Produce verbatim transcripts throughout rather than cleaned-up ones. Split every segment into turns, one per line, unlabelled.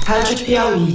Rádio Piauí.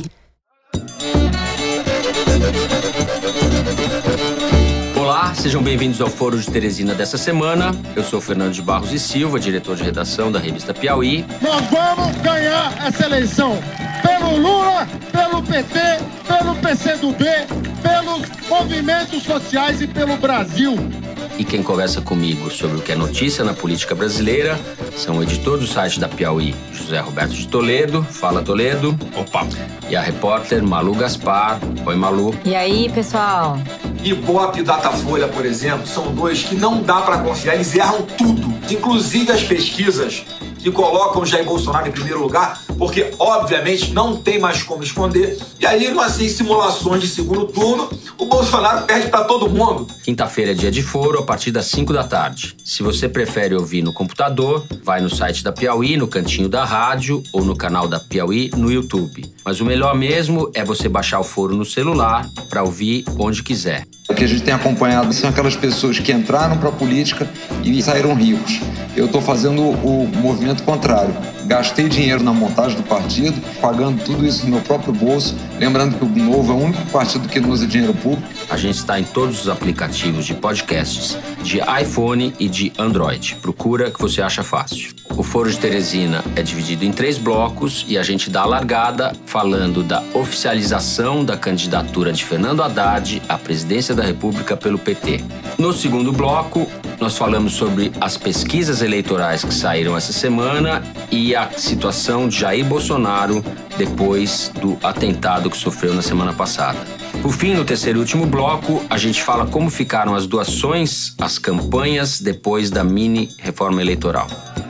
Olá, sejam bem-vindos ao Foro de Teresina dessa semana. Eu sou Fernando de Barros e Silva, diretor de redação da revista Piauí.
Nós vamos ganhar essa eleição pelo Lula, pelo P T, pelo P C do B, pelos movimentos sociais e pelo Brasil.
E quem conversa comigo sobre o que é notícia na política brasileira são o editor do site da Piauí, José Roberto de Toledo. Fala, Toledo.
Opa!
E a repórter Malu Gaspar. Oi, Malu.
E aí, pessoal?
Ibope e Datafolha, por exemplo, são dois que não dá para confiar, eles erram tudo, inclusive as pesquisas que colocam o Jair Bolsonaro em primeiro lugar, porque, obviamente, não tem mais como esconder. E aí, assim, simulações de segundo turno, o Bolsonaro perde para todo mundo.
Quinta-feira é dia de foro, a partir das cinco da tarde. Se você prefere ouvir no computador, vai no site da Piauí, no cantinho da rádio ou no canal da Piauí no YouTube. Mas o melhor mesmo é você baixar o foro no celular para ouvir onde quiser.
O que a gente tem acompanhado são aquelas pessoas que entraram para a política e saíram ricos. Eu estou fazendo o movimento contrário. Gastei dinheiro na montagem do partido, pagando tudo isso no meu próprio bolso. Lembrando que o Novo é o único partido que não usa dinheiro público.
A gente está em todos os aplicativos de podcasts, de iPhone e de Android. Procura que você acha fácil. O Foro de Teresina é dividido em três blocos e a gente dá a largada falando da oficialização da candidatura de Fernando Haddad à presidência da República pelo P T. No segundo bloco, nós falamos sobre as pesquisas eleitorais que saíram essa semana e a situação de Jair Bolsonaro depois do atentado que sofreu na semana passada. Por fim, no terceiro e último bloco, a gente fala como ficaram as doações, as campanhas depois da mini reforma eleitoral.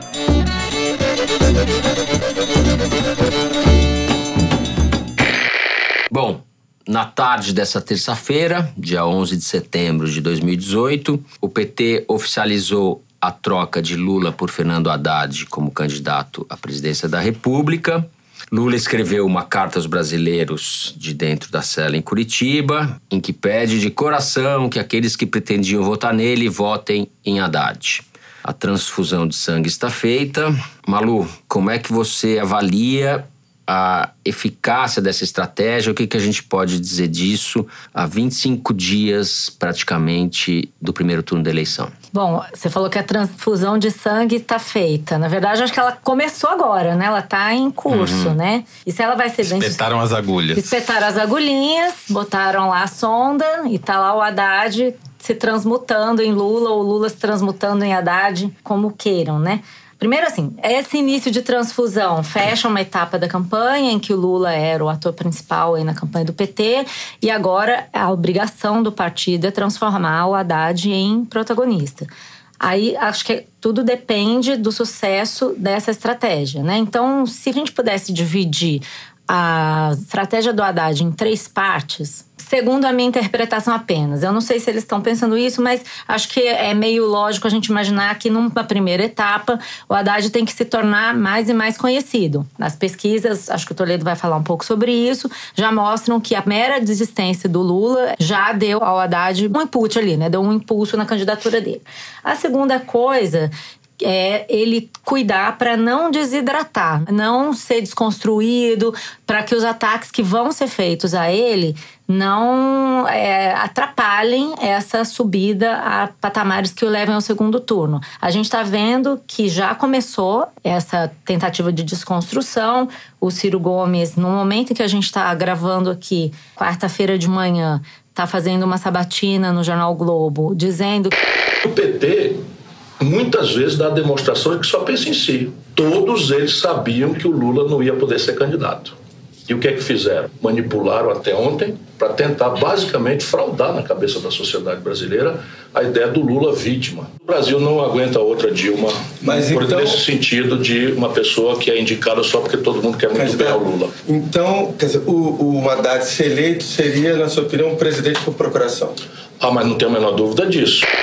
Bom, na tarde dessa terça-feira, dia onze de setembro de dois mil e dezoito, o P T oficializou a troca de Lula por Fernando Haddad como candidato à presidência da República. Lula escreveu uma carta aos brasileiros de dentro da cela em Curitiba, em que pede de coração que aqueles que pretendiam votar nele votem em Haddad. A transfusão de sangue está feita. Malu, como é que você avalia a eficácia dessa estratégia? O que, que a gente pode dizer disso há vinte e cinco dias, praticamente, do primeiro turno da eleição?
Bom, você falou que a transfusão de sangue está feita. Na verdade, acho que ela começou agora, né? Ela está em curso, uhum. né? E se ela vai ser...
Espetaram as agulhas.
Espetaram as agulhinhas, botaram lá a sonda e tá lá o Haddad se transmutando em Lula ou Lula se transmutando em Haddad, como queiram, né? Primeiro, assim, esse início de transfusão fecha uma etapa da campanha em que o Lula era o ator principal aí na campanha do P T e agora a obrigação do partido é transformar o Haddad em protagonista. Aí, acho que tudo depende do sucesso dessa estratégia, né? Então, se a gente pudesse dividir a estratégia do Haddad em três partes, segundo a minha interpretação apenas. Eu não sei se eles estão pensando isso, mas acho que é meio lógico a gente imaginar que numa primeira etapa o Haddad tem que se tornar mais e mais conhecido. As pesquisas, acho que o Toledo vai falar um pouco sobre isso, já mostram que a mera desistência do Lula já deu ao Haddad um input ali, né? Deu um impulso na candidatura dele. A segunda coisa é ele cuidar para não desidratar, não ser desconstruído, para que os ataques que vão ser feitos a ele não é, atrapalhem essa subida a patamares que o levem ao segundo turno. A gente está vendo que já começou essa tentativa de desconstrução. O Ciro Gomes, no momento em que a gente está gravando aqui, quarta-feira de manhã, está fazendo uma sabatina no Jornal Globo, dizendo
que o P T muitas vezes dá demonstrações que só pensa em si. Todos eles sabiam que o Lula não ia poder ser candidato. E o que é que fizeram? Manipularam até ontem para tentar basicamente fraudar na cabeça da sociedade brasileira a ideia do Lula vítima. O Brasil não aguenta outra Dilma, mas por então, nesse sentido de uma pessoa que é indicada só porque todo mundo quer muito bem ao Lula.
Então, quer dizer, o, o Haddad ser eleito seria, na sua opinião, um presidente por procuração?
Ah, mas não tenho a menor dúvida disso.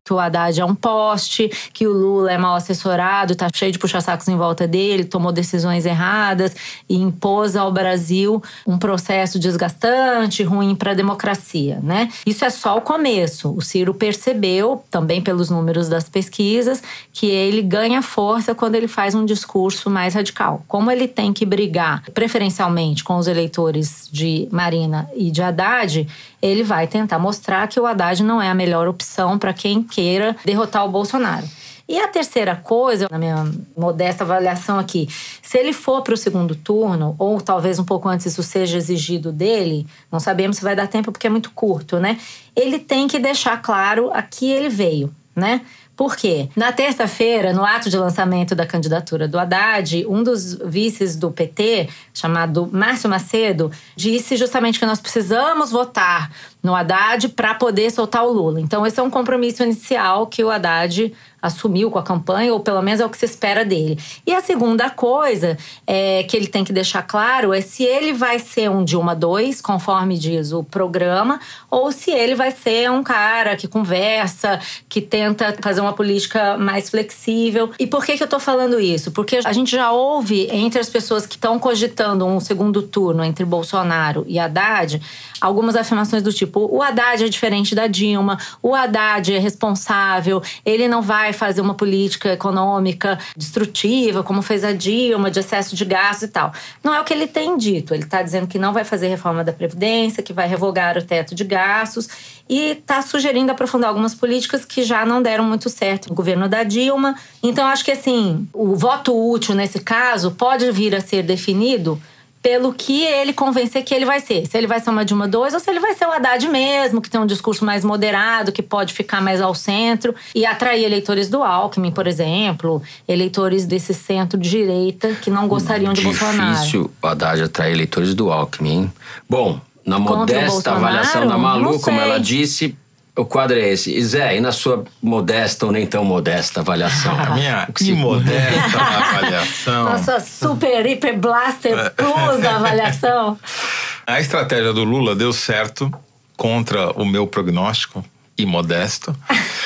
que o Haddad é um poste, que o Lula é mal assessorado, tá cheio de puxa-sacos em volta dele, tomou decisões erradas e impôs ao Brasil um processo desgastante, ruim para a democracia, né? Isso é só o começo. O Ciro percebeu, também pelos números das pesquisas, que ele ganha força quando ele faz um discurso mais radical. Como ele tem que brigar preferencialmente com os eleitores de Marina e de Haddad, ele vai tentar mostrar que o Haddad não é a melhor opção para quem queira derrotar o Bolsonaro. E a terceira coisa, na minha modesta avaliação aqui, se ele for para o segundo turno, ou talvez um pouco antes isso seja exigido dele, não sabemos se vai dar tempo porque é muito curto, né? Ele tem que deixar claro a que ele veio, né? Por quê? Na terça-feira, no ato de lançamento da candidatura do Haddad, um dos vices do P T, chamado Márcio Macedo, disse justamente que nós precisamos votar no Haddad para poder soltar o Lula. Então, esse é um compromisso inicial que o Haddad assumiu com a campanha, ou pelo menos é o que se espera dele. E a segunda coisa é, que ele tem que deixar claro é se ele vai ser um Dilma dois, conforme diz o programa, ou se ele vai ser um cara que conversa, que tenta fazer uma política mais flexível. E por que que eu tô falando isso? Porque a gente já ouve entre as pessoas que estão cogitando um segundo turno entre Bolsonaro e Haddad algumas afirmações do tipo: o Haddad é diferente da Dilma, o Haddad é responsável, ele não vai fazer uma política econômica destrutiva, como fez a Dilma, de excesso de gastos e tal. Não é o que ele tem dito. Ele está dizendo que não vai fazer reforma da Previdência, que vai revogar o teto de gastos e está sugerindo aprofundar algumas políticas que já não deram muito certo no governo da Dilma. Então, acho que assim, o voto útil nesse caso pode vir a ser definido pelo que ele convencer que ele vai ser. Se ele vai ser uma Dilma dois ou se ele vai ser o Haddad mesmo, que tem um discurso mais moderado, que pode ficar mais ao centro e atrair eleitores do Alckmin, por exemplo, eleitores desse centro-direita que não gostariam de
Difícil
Bolsonaro.
Difícil o Haddad atrair eleitores do Alckmin, hein? Bom, na modesta avaliação da Malu, como ela disse, o quadro é esse. E Zé, e na sua modesta ou nem tão modesta avaliação?
A minha imodesta avaliação.
Nossa super, hiper, blaster plus avaliação.
A estratégia do Lula deu certo contra o meu prognóstico imodesto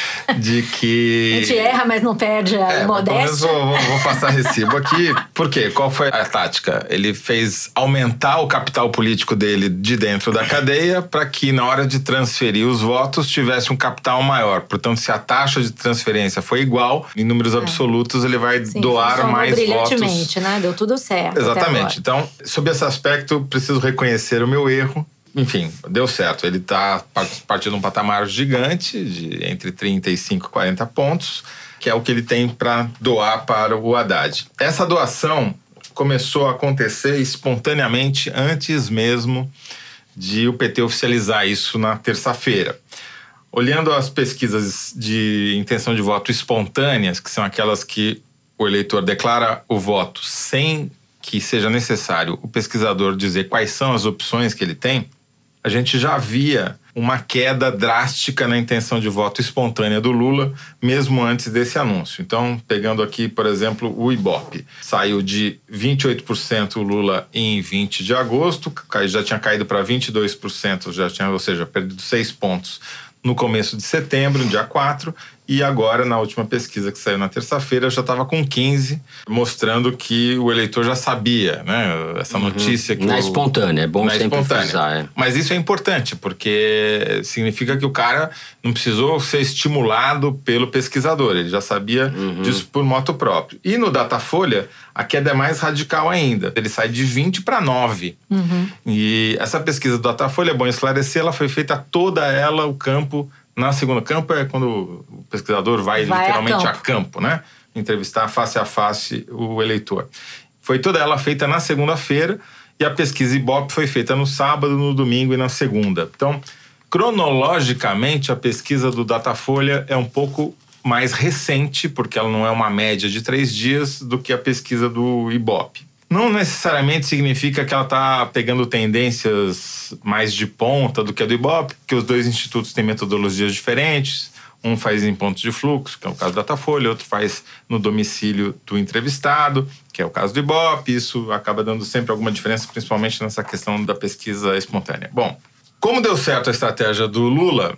de que...
A gente erra, mas não perde a é, modéstia.
Vou, vou, vou passar recibo aqui. Por quê? Qual foi a tática? Ele fez aumentar o capital político dele de dentro da cadeia para que na hora de transferir os votos tivesse um capital maior. Portanto, se a taxa de transferência foi igual, em números é. absolutos ele vai Sim, doar mais
brilhantemente,
votos.
Né? Deu tudo certo.
Exatamente. Então, sob esse aspecto, preciso reconhecer o meu erro. Enfim, deu certo. Ele está partindo de um patamar gigante, de entre trinta e cinco e quarenta pontos, que é o que ele tem para doar para o Haddad. Essa doação começou a acontecer espontaneamente antes mesmo de o P T oficializar isso na terça-feira. Olhando as pesquisas de intenção de voto espontâneas, que são aquelas que o eleitor declara o voto sem que seja necessário o pesquisador dizer quais são as opções que ele tem, a gente já via uma queda drástica na intenção de voto espontânea do Lula, mesmo antes desse anúncio. Então, pegando aqui, por exemplo, o Ibope. Saiu de vinte e oito por cento o Lula em vinte de agosto, já tinha caído para vinte e dois por cento, já tinha, ou seja, perdido seis pontos no começo de setembro, no dia quatro, e agora, na última pesquisa que saiu na terça-feira, já estava com quinze, mostrando que o eleitor já sabia, né? Essa notícia que...
Na
o...
espontânea, é bom
na
sempre
espontânea.
frisar. É.
Mas isso é importante, porque significa que o cara não precisou ser estimulado pelo pesquisador, ele já sabia uhum. disso por moto próprio. E no Datafolha, a queda é mais radical ainda, ele sai de vinte para nove.
Uhum.
E essa pesquisa do Datafolha, é bom esclarecer, ela foi feita toda ela, o campo... Na segunda campo é quando o pesquisador vai, vai literalmente a campo. a campo, né? Entrevistar face a face o eleitor. Foi toda ela feita na segunda-feira e a pesquisa Ibope foi feita no sábado, no domingo e na segunda. Então, cronologicamente, a pesquisa do Datafolha é um pouco mais recente, porque ela não é uma média de três dias, do que a pesquisa do Ibope. Não necessariamente significa que ela está pegando tendências mais de ponta do que a do Ibope, porque os dois institutos têm metodologias diferentes. Um faz em pontos de fluxo, que é o caso do Datafolha, outro faz no domicílio do entrevistado, que é o caso do Ibope. Isso acaba dando sempre alguma diferença, principalmente nessa questão da pesquisa espontânea. Bom, como deu certo a estratégia do Lula,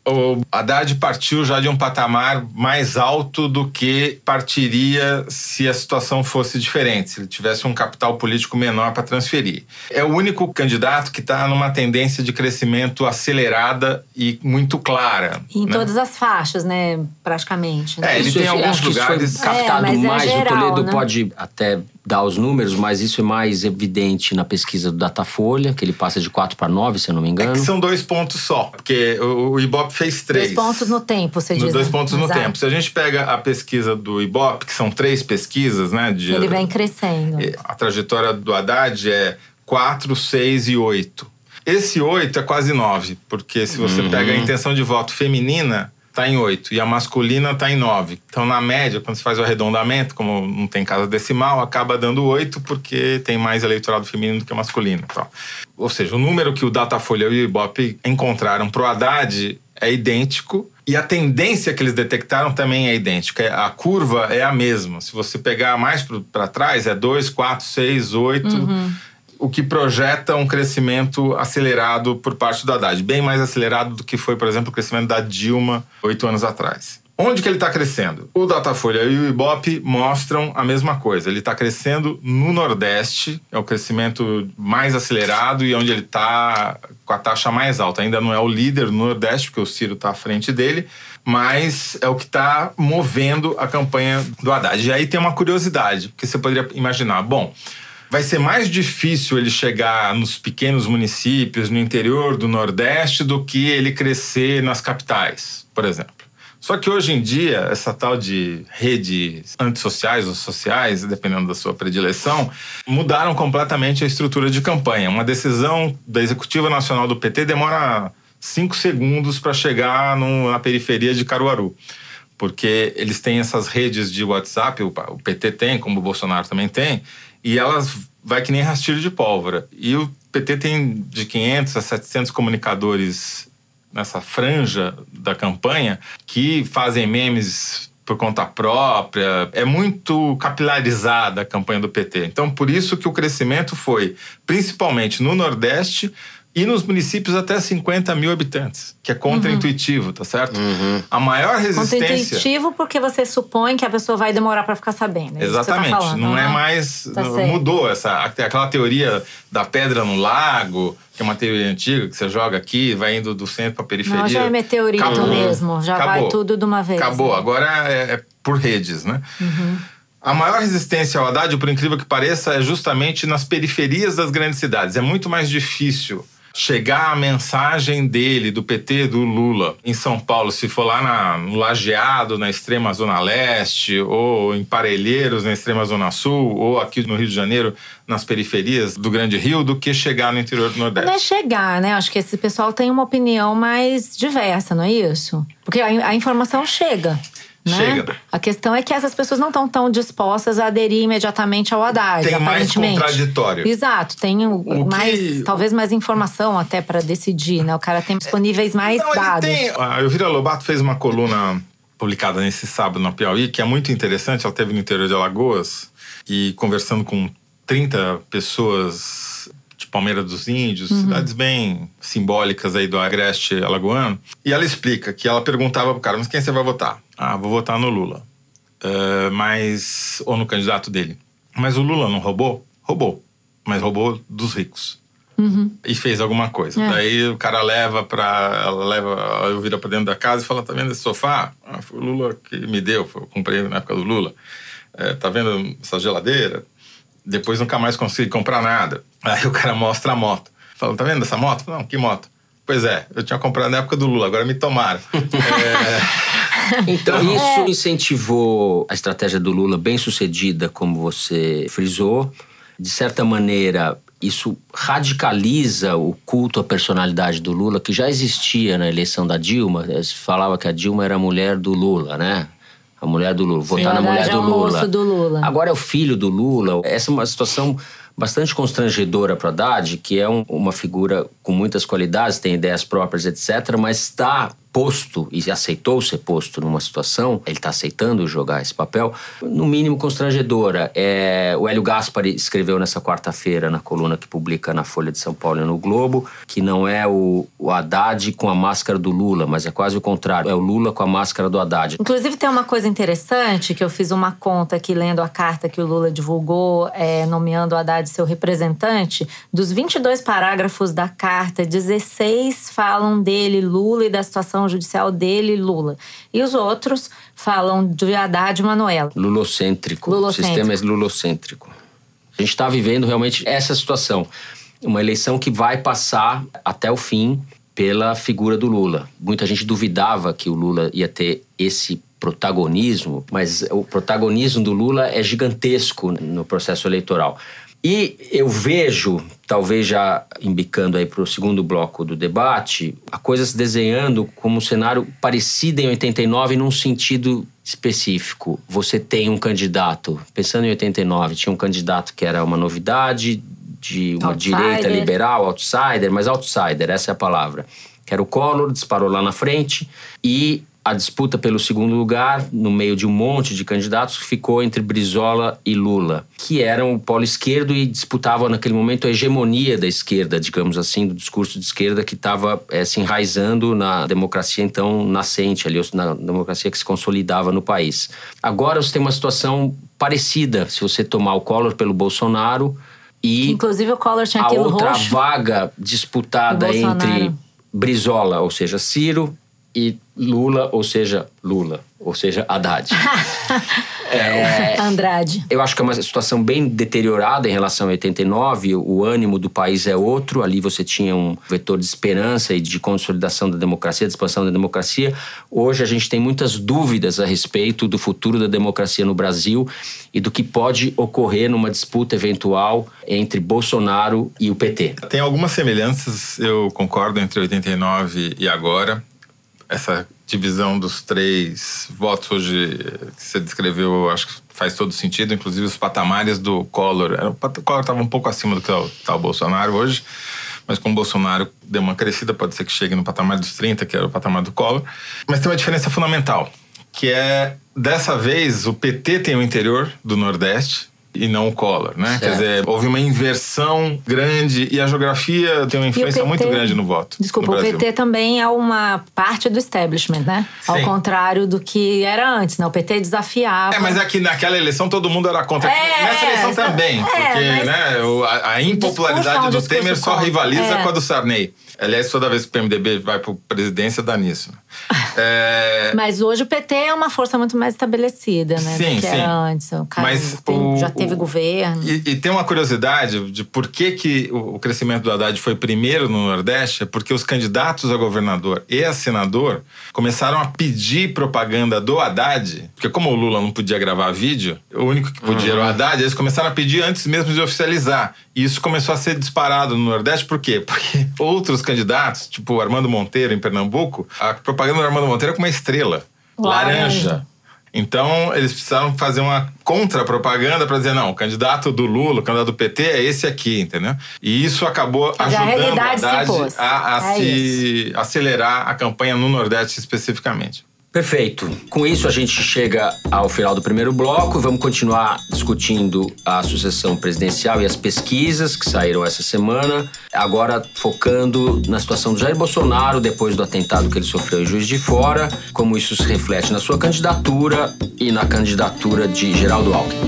O Haddad partiu já de um patamar mais alto do que partiria se a situação fosse diferente, se ele tivesse um capital político menor para transferir. É o único candidato que está numa tendência de crescimento acelerada e muito clara.
Em
né?
todas as faixas, né? Praticamente. Né?
É, ele
Isso,
tem alguns
acho que
lugares...
isso foi captado
É, mas é
mais,
geral,
o Toledo
né?
pode até dar os números, mas isso é mais evidente na pesquisa do Datafolha, que ele passa de quatro para nove, se eu não me engano.
É que são dois pontos só, porque o, o Ibope fez três.
Dois pontos no tempo, você diz.
Dois
né?
pontos no
Exato.
tempo. Se a gente pega a pesquisa do Ibope, que são três pesquisas, né? De,
Ele vem crescendo.
A trajetória do Haddad é quatro, seis e oito. Esse oito é quase nove, porque se você
Uhum.
pega a intenção de voto feminina, está em oito, e a masculina está em nove. Então, na média, quando se faz o arredondamento, como não tem casa decimal, acaba dando oito, porque tem mais eleitorado feminino do que masculino. Então. Ou seja, o número que o Datafolha e o Ibope encontraram para o Haddad é idêntico, e a tendência que eles detectaram também é idêntica. A curva é a mesma. Se você pegar mais para trás, é dois, quatro, seis, oito...
Uhum.
O que projeta um crescimento acelerado por parte do Haddad. Bem mais acelerado do que foi, por exemplo, o crescimento da Dilma oito anos atrás. Onde que ele está crescendo? O Datafolha e o Ibope mostram a mesma coisa. Ele está crescendo no Nordeste, é o crescimento mais acelerado e onde ele está com a taxa mais alta. Ainda não é o líder no Nordeste, porque o Ciro está à frente dele, mas é o que está movendo a campanha do Haddad. E aí tem uma curiosidade, porque você poderia imaginar, bom... Vai ser mais difícil ele chegar nos pequenos municípios, no interior do Nordeste, do que ele crescer nas capitais, por exemplo. Só que hoje em dia, essa tal de redes antissociais ou sociais, dependendo da sua predileção, mudaram completamente a estrutura de campanha. Uma decisão da Executiva Nacional do P T demora cinco segundos para chegar no, na periferia de Caruaru. Porque eles têm essas redes de WhatsApp, o P T tem, como o Bolsonaro também tem, e elas vai que nem rastilho de pólvora. E o P T tem de quinhentos a setecentos comunicadores nessa franja da campanha que fazem memes por conta própria. É muito capilarizada a campanha do P T. Então, por isso que o crescimento foi principalmente no Nordeste e nos municípios até cinquenta mil habitantes, que é contra-intuitivo, tá certo?
Uhum.
A maior resistência...
Contra-intuitivo porque você supõe que a pessoa vai demorar para ficar sabendo. É
Exatamente.
Isso que você tá falando.
Não é
Uhum.
mais...
Tá
não,
certo.
mudou essa... Aquela teoria da pedra no lago, que é uma teoria antiga, que você joga aqui, vai indo do centro para a periferia.
Não, já é meteorito
Acabou.
mesmo. Já
Acabou.
vai tudo de uma vez.
Acabou.
né?
Agora é, é por redes, né?
Uhum.
A maior resistência ao Haddad, por incrível que pareça, é justamente nas periferias das grandes cidades. É muito mais difícil chegar a mensagem dele, do P T, do Lula, em São Paulo, se for lá na, no Lajeado, na extrema zona leste, ou em Parelheiros, na extrema zona sul, ou aqui no Rio de Janeiro, nas periferias do Grande Rio, do que chegar no interior do Nordeste.
Não é chegar, né? Acho que esse pessoal tem uma opinião mais diversa, não é isso? Porque a, a informação chega. Né?
Chega.
A questão é que essas pessoas não estão tão dispostas a aderir imediatamente ao Haddad,
Tem mais
aparentemente.
contraditório.
Exato, tem o,
O
mais,
que-
talvez mais informação até para decidir, né? O cara tem disponíveis mais
Não, ele
dados.
tem- A Elvira Lobato fez uma coluna publicada nesse sábado na Piauí, que é muito interessante. Ela esteve no interior de Alagoas e conversando com trinta pessoas de Palmeira dos Índios,
Uhum.
cidades bem simbólicas aí do agreste alagoano. E ela explica que ela perguntava pro cara, mas quem você vai votar? Ah, vou votar no Lula. Uh, mas... Ou no candidato dele. Mas o Lula não roubou? Roubou. Mas roubou dos ricos.
Uhum.
E fez alguma coisa.
É.
Daí o cara leva pra... Ela leva a Elvira pra dentro da casa e fala, tá vendo esse sofá? Ah, foi o Lula que me deu, foi, eu comprei na época do Lula. É, tá vendo essa geladeira? Depois nunca mais consegui comprar nada. Aí o cara mostra a moto. Fala, tá vendo essa moto? Não, que moto? Pois é, eu tinha comprado na época do Lula, agora me tomaram. é...
Então, isso incentivou a estratégia do Lula bem sucedida, como você frisou. De certa maneira, isso radicaliza o culto à personalidade do Lula, que já existia na eleição da Dilma. Se falava que a Dilma era a mulher do Lula, né? A mulher do Lula, votar na mulher do
é o
Lula.
moço do Lula.
Agora é o filho do Lula. Essa é uma situação bastante constrangedora para o Haddad, que é um, uma figura com muitas qualidades, tem ideias próprias, etcétera, mas está posto e aceitou ser posto numa situação, ele está aceitando jogar esse papel, no mínimo constrangedora. É, o Hélio Gaspari escreveu nessa quarta-feira, na coluna que publica na Folha de São Paulo e no Globo, que não é o, o Haddad com a máscara do Lula, mas é quase o contrário, é o Lula com a máscara do Haddad.
Inclusive tem uma coisa interessante, que eu fiz uma conta aqui lendo a carta que o Lula divulgou, é, nomeando o Haddad seu representante. Dos vinte e dois parágrafos da carta, dezesseis falam dele, Lula, e da situação judicial dele, Lula. E os outros falam de Haddad e Manuela.
Lulocêntrico.
Lulocêntrico.
O sistema é lulocêntrico. A gente está vivendo realmente essa situação. Uma eleição que vai passar até o fim pela figura do Lula. Muita gente duvidava que o Lula ia ter esse protagonismo, mas o protagonismo do Lula é gigantesco no processo eleitoral. E eu vejo, talvez já embicando aí para o segundo bloco do debate, a coisa se desenhando como um cenário parecido em oitenta e nove num sentido específico. Você tem um candidato, pensando em oitenta e nove, tinha um candidato que era uma novidade, de uma
outsider.
Direita liberal, outsider, mas outsider, essa é a palavra. Que era o Collor, disparou lá na frente e a disputa pelo segundo lugar, no meio de um monte de candidatos, ficou entre Brizola e Lula, que eram o polo esquerdo e disputavam naquele momento a hegemonia da esquerda, digamos assim, do discurso de esquerda que estava é, se enraizando na democracia então nascente, ali, na democracia que se consolidava no país. Agora você tem uma situação parecida, se você tomar o Collor pelo Bolsonaro e
inclusive o Collor tinha
a
aquilo
outra
roxo.
vaga disputada entre Brizola, ou seja, Ciro, e Lula, ou seja, Lula, ou seja, Haddad.
é, Andrade.
Eu acho que é uma situação bem deteriorada em relação a oitenta e nove, o ânimo do país é outro, ali você tinha um vetor de esperança e de consolidação da democracia, de expansão da democracia. Hoje a gente tem muitas dúvidas a respeito do futuro da democracia no Brasil e do que pode ocorrer numa disputa eventual entre Bolsonaro e o P T.
Tem algumas semelhanças, eu concordo, entre oitenta e nove e agora. Essa divisão dos três votos hoje que você descreveu, acho que faz todo sentido, inclusive os patamares do Collor. O Collor estava um pouco acima do que está o Bolsonaro hoje, mas como o Bolsonaro deu uma crescida, pode ser que chegue no patamar dos trinta, que era o patamar do Collor. Mas tem uma diferença fundamental, que é, dessa vez, o P T tem o interior do Nordeste, e não o Collor, né?
Certo.
Quer dizer, houve uma inversão grande e a geografia tem uma influência
P T,
muito grande no voto.
Desculpa,
no
o
Brasil.
P T também é uma parte do establishment, né?
Sim.
Ao contrário do que era antes, né? O P T desafiava.
É, mas aqui naquela eleição todo mundo era contra.
É,
Nessa eleição
é,
também,
é,
porque
mas
né, o- a, a impopularidade
discurso é um
do
discurso
Temer só
contra.
rivaliza
É.
com a do Sarney. Aliás, toda vez que o P M D B vai para presidência, dá nisso. É,
Mas hoje o P T é uma força muito mais estabelecida, né?
Sim,
do que
sim.
era antes. O cara
Mas
tem-
o-
já teve
o-
governo.
E, e tem uma curiosidade de por que, que o, o crescimento do Haddad foi primeiro no Nordeste, é porque os candidatos a governador e a senador começaram a pedir propaganda do Haddad, porque como o Lula não podia gravar vídeo, o único que podia era o Haddad, eles começaram a pedir antes mesmo de oficializar. E isso começou a ser disparado no Nordeste, por quê? Porque outros candidatos, tipo o Armando Monteiro em Pernambuco, a propaganda do Armando Monteiro é com uma estrela, laranja.
Laranja.
Então, eles precisaram fazer uma contra-propaganda para dizer, não, o candidato do Lula, o candidato do P T é esse aqui, entendeu? E isso acabou
Mas a
ajudando o
realidade se
Haddad
impôs.
a, a
É
se acelerar a campanha no Nordeste especificamente.
Perfeito. Com isso, a gente chega ao final do primeiro bloco. Vamos continuar discutindo a sucessão presidencial e as pesquisas que saíram essa semana. Agora, focando na situação do Jair Bolsonaro, depois do atentado que ele sofreu em Juiz de Fora, como isso se reflete na sua candidatura e na candidatura de Geraldo Alckmin.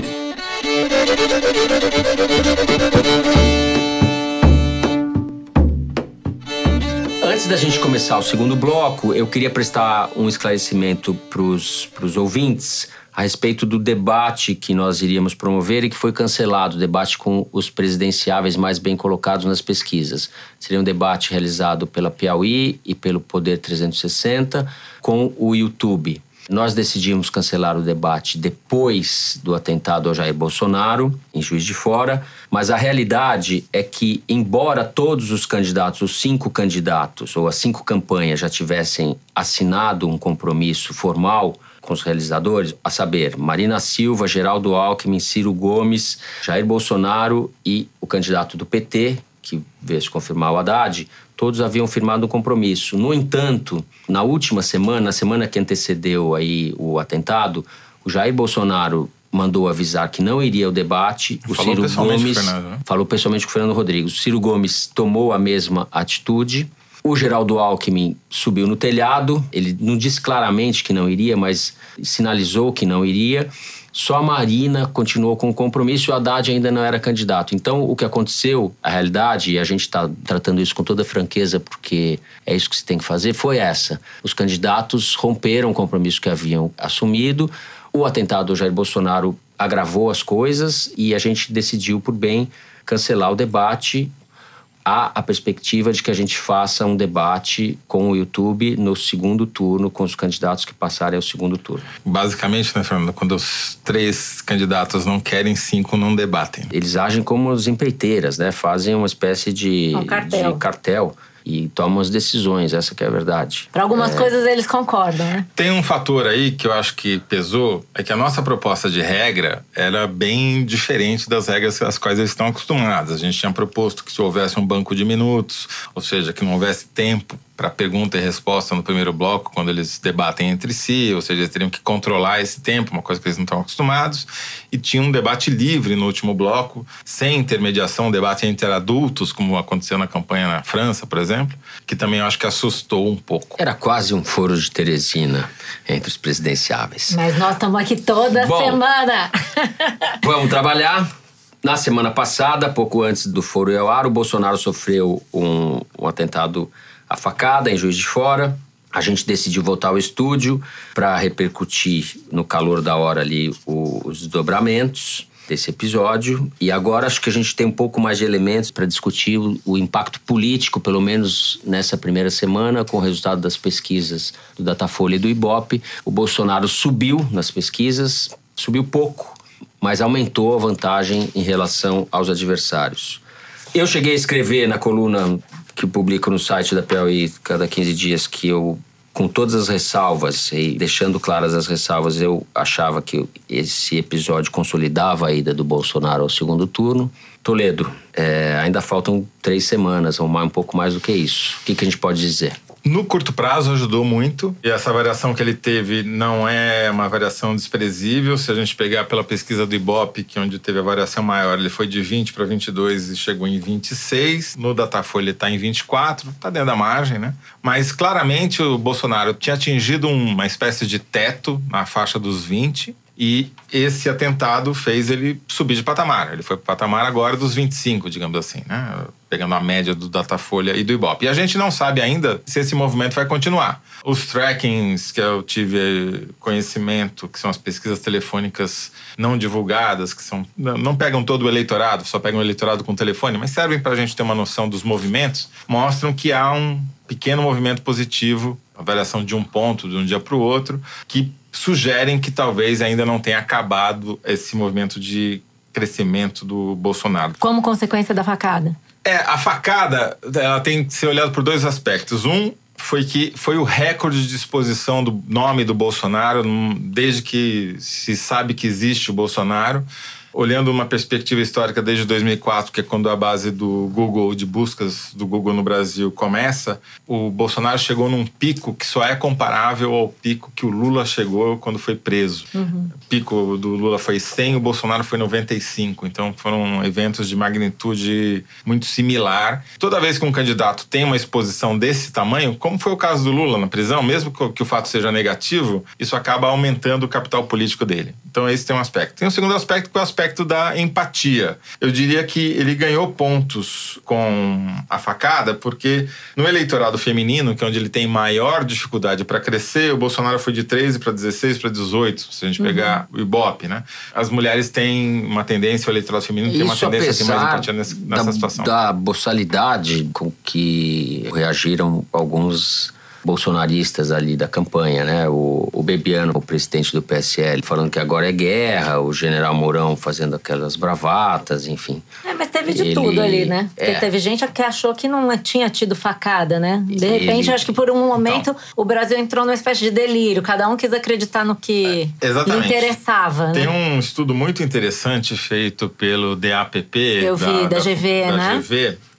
Antes da gente começar o segundo bloco, eu queria prestar um esclarecimento para os ouvintes a respeito do debate que nós iríamos promover e que foi cancelado, o debate com os presidenciáveis mais bem colocados nas pesquisas. Seria um debate realizado pela Piauí e pelo Poder trezentos e sessenta com o YouTube. Nós decidimos cancelar o debate depois do atentado ao Jair Bolsonaro, em Juiz de Fora, mas a realidade é que, embora todos os candidatos, os cinco candidatos, ou as cinco campanhas já tivessem assinado um compromisso formal com os realizadores, a saber, Marina Silva, Geraldo Alckmin, Ciro Gomes, Jair Bolsonaro e o candidato do P T, que veio se confirmar o Haddad, todos haviam firmado um compromisso. No entanto, na última semana, na semana que antecedeu aí o atentado, o Jair Bolsonaro mandou avisar que não iria ao debate. O
falou
Ciro
pessoalmente
Gomes
com o Fernando, né?
falou pessoalmente com o Fernando Rodrigues. O Ciro Gomes tomou a mesma atitude. O Geraldo Alckmin subiu no telhado. Ele não disse claramente que não iria, mas sinalizou que não iria. Só a Marina continuou com o compromisso e o Haddad ainda não era candidato. Então, o que aconteceu, a realidade, e a gente está tratando isso com toda franqueza porque é isso que se tem que fazer, foi essa. Os candidatos romperam o compromisso que haviam assumido. O atentado do Jair Bolsonaro agravou as coisas e a gente decidiu, por bem, cancelar o debate. Há a perspectiva de que a gente faça um debate com o YouTube no segundo turno, com os candidatos que passarem ao segundo turno.
Basicamente, né, Fernando, quando os três candidatos não querem, cinco não debatem.
Eles agem como as empreiteiras, né? Fazem uma espécie de,
um cartel.
de cartel e tomam as decisões, essa que é a verdade.
Para algumas
é...
coisas eles concordam, né?
Tem um fator aí que eu acho que pesou, é que a nossa proposta de regra era bem diferente das regras às quais eles estão acostumados. A gente tinha proposto que se houvesse um banco de minutos, ou seja, que não houvesse tempo para pergunta e resposta no primeiro bloco, quando eles debatem entre si, ou seja, eles teriam que controlar esse tempo, uma coisa que eles não estão acostumados, e tinha um debate livre no último bloco, sem intermediação, um debate entre adultos, como aconteceu na campanha na França, por exemplo, que também eu acho que assustou um pouco.
Era quase um foro de Teresina entre os presidenciáveis.
Mas nós estamos aqui toda
Bom,
semana.
Vamos trabalhar. Na semana passada, pouco antes do foro ir ao ar, o Bolsonaro sofreu um, um atentado à facada em Juiz de Fora. A gente decidiu voltar ao estúdio para repercutir no calor da hora ali os desdobramentos desse episódio. E agora acho que a gente tem um pouco mais de elementos para discutir o, o impacto político, pelo menos nessa primeira semana, com o resultado das pesquisas do Datafolha e do Ibope. O Bolsonaro subiu nas pesquisas, subiu pouco, mas aumentou a vantagem em relação aos adversários. Eu cheguei a escrever na coluna que eu publico no site da Piauí cada quinze dias que eu, com todas as ressalvas e deixando claras as ressalvas, eu achava que esse episódio consolidava a ida do Bolsonaro ao segundo turno. Toledo, é, ainda faltam três semanas, ou mais, um pouco mais do que isso. O que, que a gente pode dizer?
No curto prazo ajudou muito, e essa variação que ele teve não é uma variação desprezível. Se a gente pegar pela pesquisa do Ibope, que é onde teve a variação maior, ele foi de vinte para vinte e dois e chegou em vinte e seis. No Datafolha ele está em vinte e quatro, está dentro da margem, né? Mas claramente o Bolsonaro tinha atingido uma espécie de teto na faixa dos vinte, e esse atentado fez ele subir de patamar. Ele foi para o patamar agora dos vinte e cinco, digamos assim, né? Pegando a média do Datafolha e do Ibope. E a gente não sabe ainda se esse movimento vai continuar. Os trackings que eu tive conhecimento, que são as pesquisas telefônicas não divulgadas, que são, não pegam todo o eleitorado, só pegam o eleitorado com telefone, mas servem para a gente ter uma noção dos movimentos, mostram que há um pequeno movimento positivo, a variação de um ponto de um dia para o outro, que sugerem que talvez ainda não tenha acabado esse movimento de crescimento do Bolsonaro.
Como consequência da facada?
É, a facada, ela tem que ser olhada por dois aspectos. Um foi que foi o recorde de exposição do nome do Bolsonaro desde que se sabe que existe o Bolsonaro. Olhando uma perspectiva histórica desde dois mil e quatro, que é quando a base do Google, de buscas do Google no Brasil começa, o Bolsonaro chegou num pico que só é comparável ao pico que o Lula chegou quando foi preso. Uhum. O pico do Lula foi cem, o Bolsonaro foi noventa e cinco. Então foram eventos de magnitude muito similar. Toda vez que um candidato tem uma exposição desse tamanho, como foi o caso do Lula na prisão, mesmo que o fato seja negativo, isso acaba aumentando o capital político dele. Então esse tem um aspecto. Tem um segundo aspecto, que é o aspecto da empatia. Eu diria que ele ganhou pontos com a facada, porque no eleitorado feminino, que é onde ele tem maior dificuldade para crescer, o Bolsonaro foi de treze para dezesseis para dezoito, se a gente pegar uhum. o Ibope, né? As mulheres têm uma tendência, o eleitorado feminino tem uma tendência a ter mais empatia nessa, nessa
da,
situação.
Da boçalidade com que reagiram alguns bolsonaristas ali da campanha, né? O, o Bebiano, o presidente do P S L, falando que agora é guerra, o general Mourão fazendo aquelas bravatas, enfim.
É, mas teve de
ele...
tudo ali, né? Porque
é.
teve gente que achou que não tinha tido facada, né? De repente, ele... acho que por um momento então, o Brasil entrou numa espécie de delírio. Cada um quis acreditar no que
é, lhe
interessava,
Tem
né?
um estudo muito interessante feito pelo D A P P.
Eu vi, da, da G V,
da,
né?
Da G V,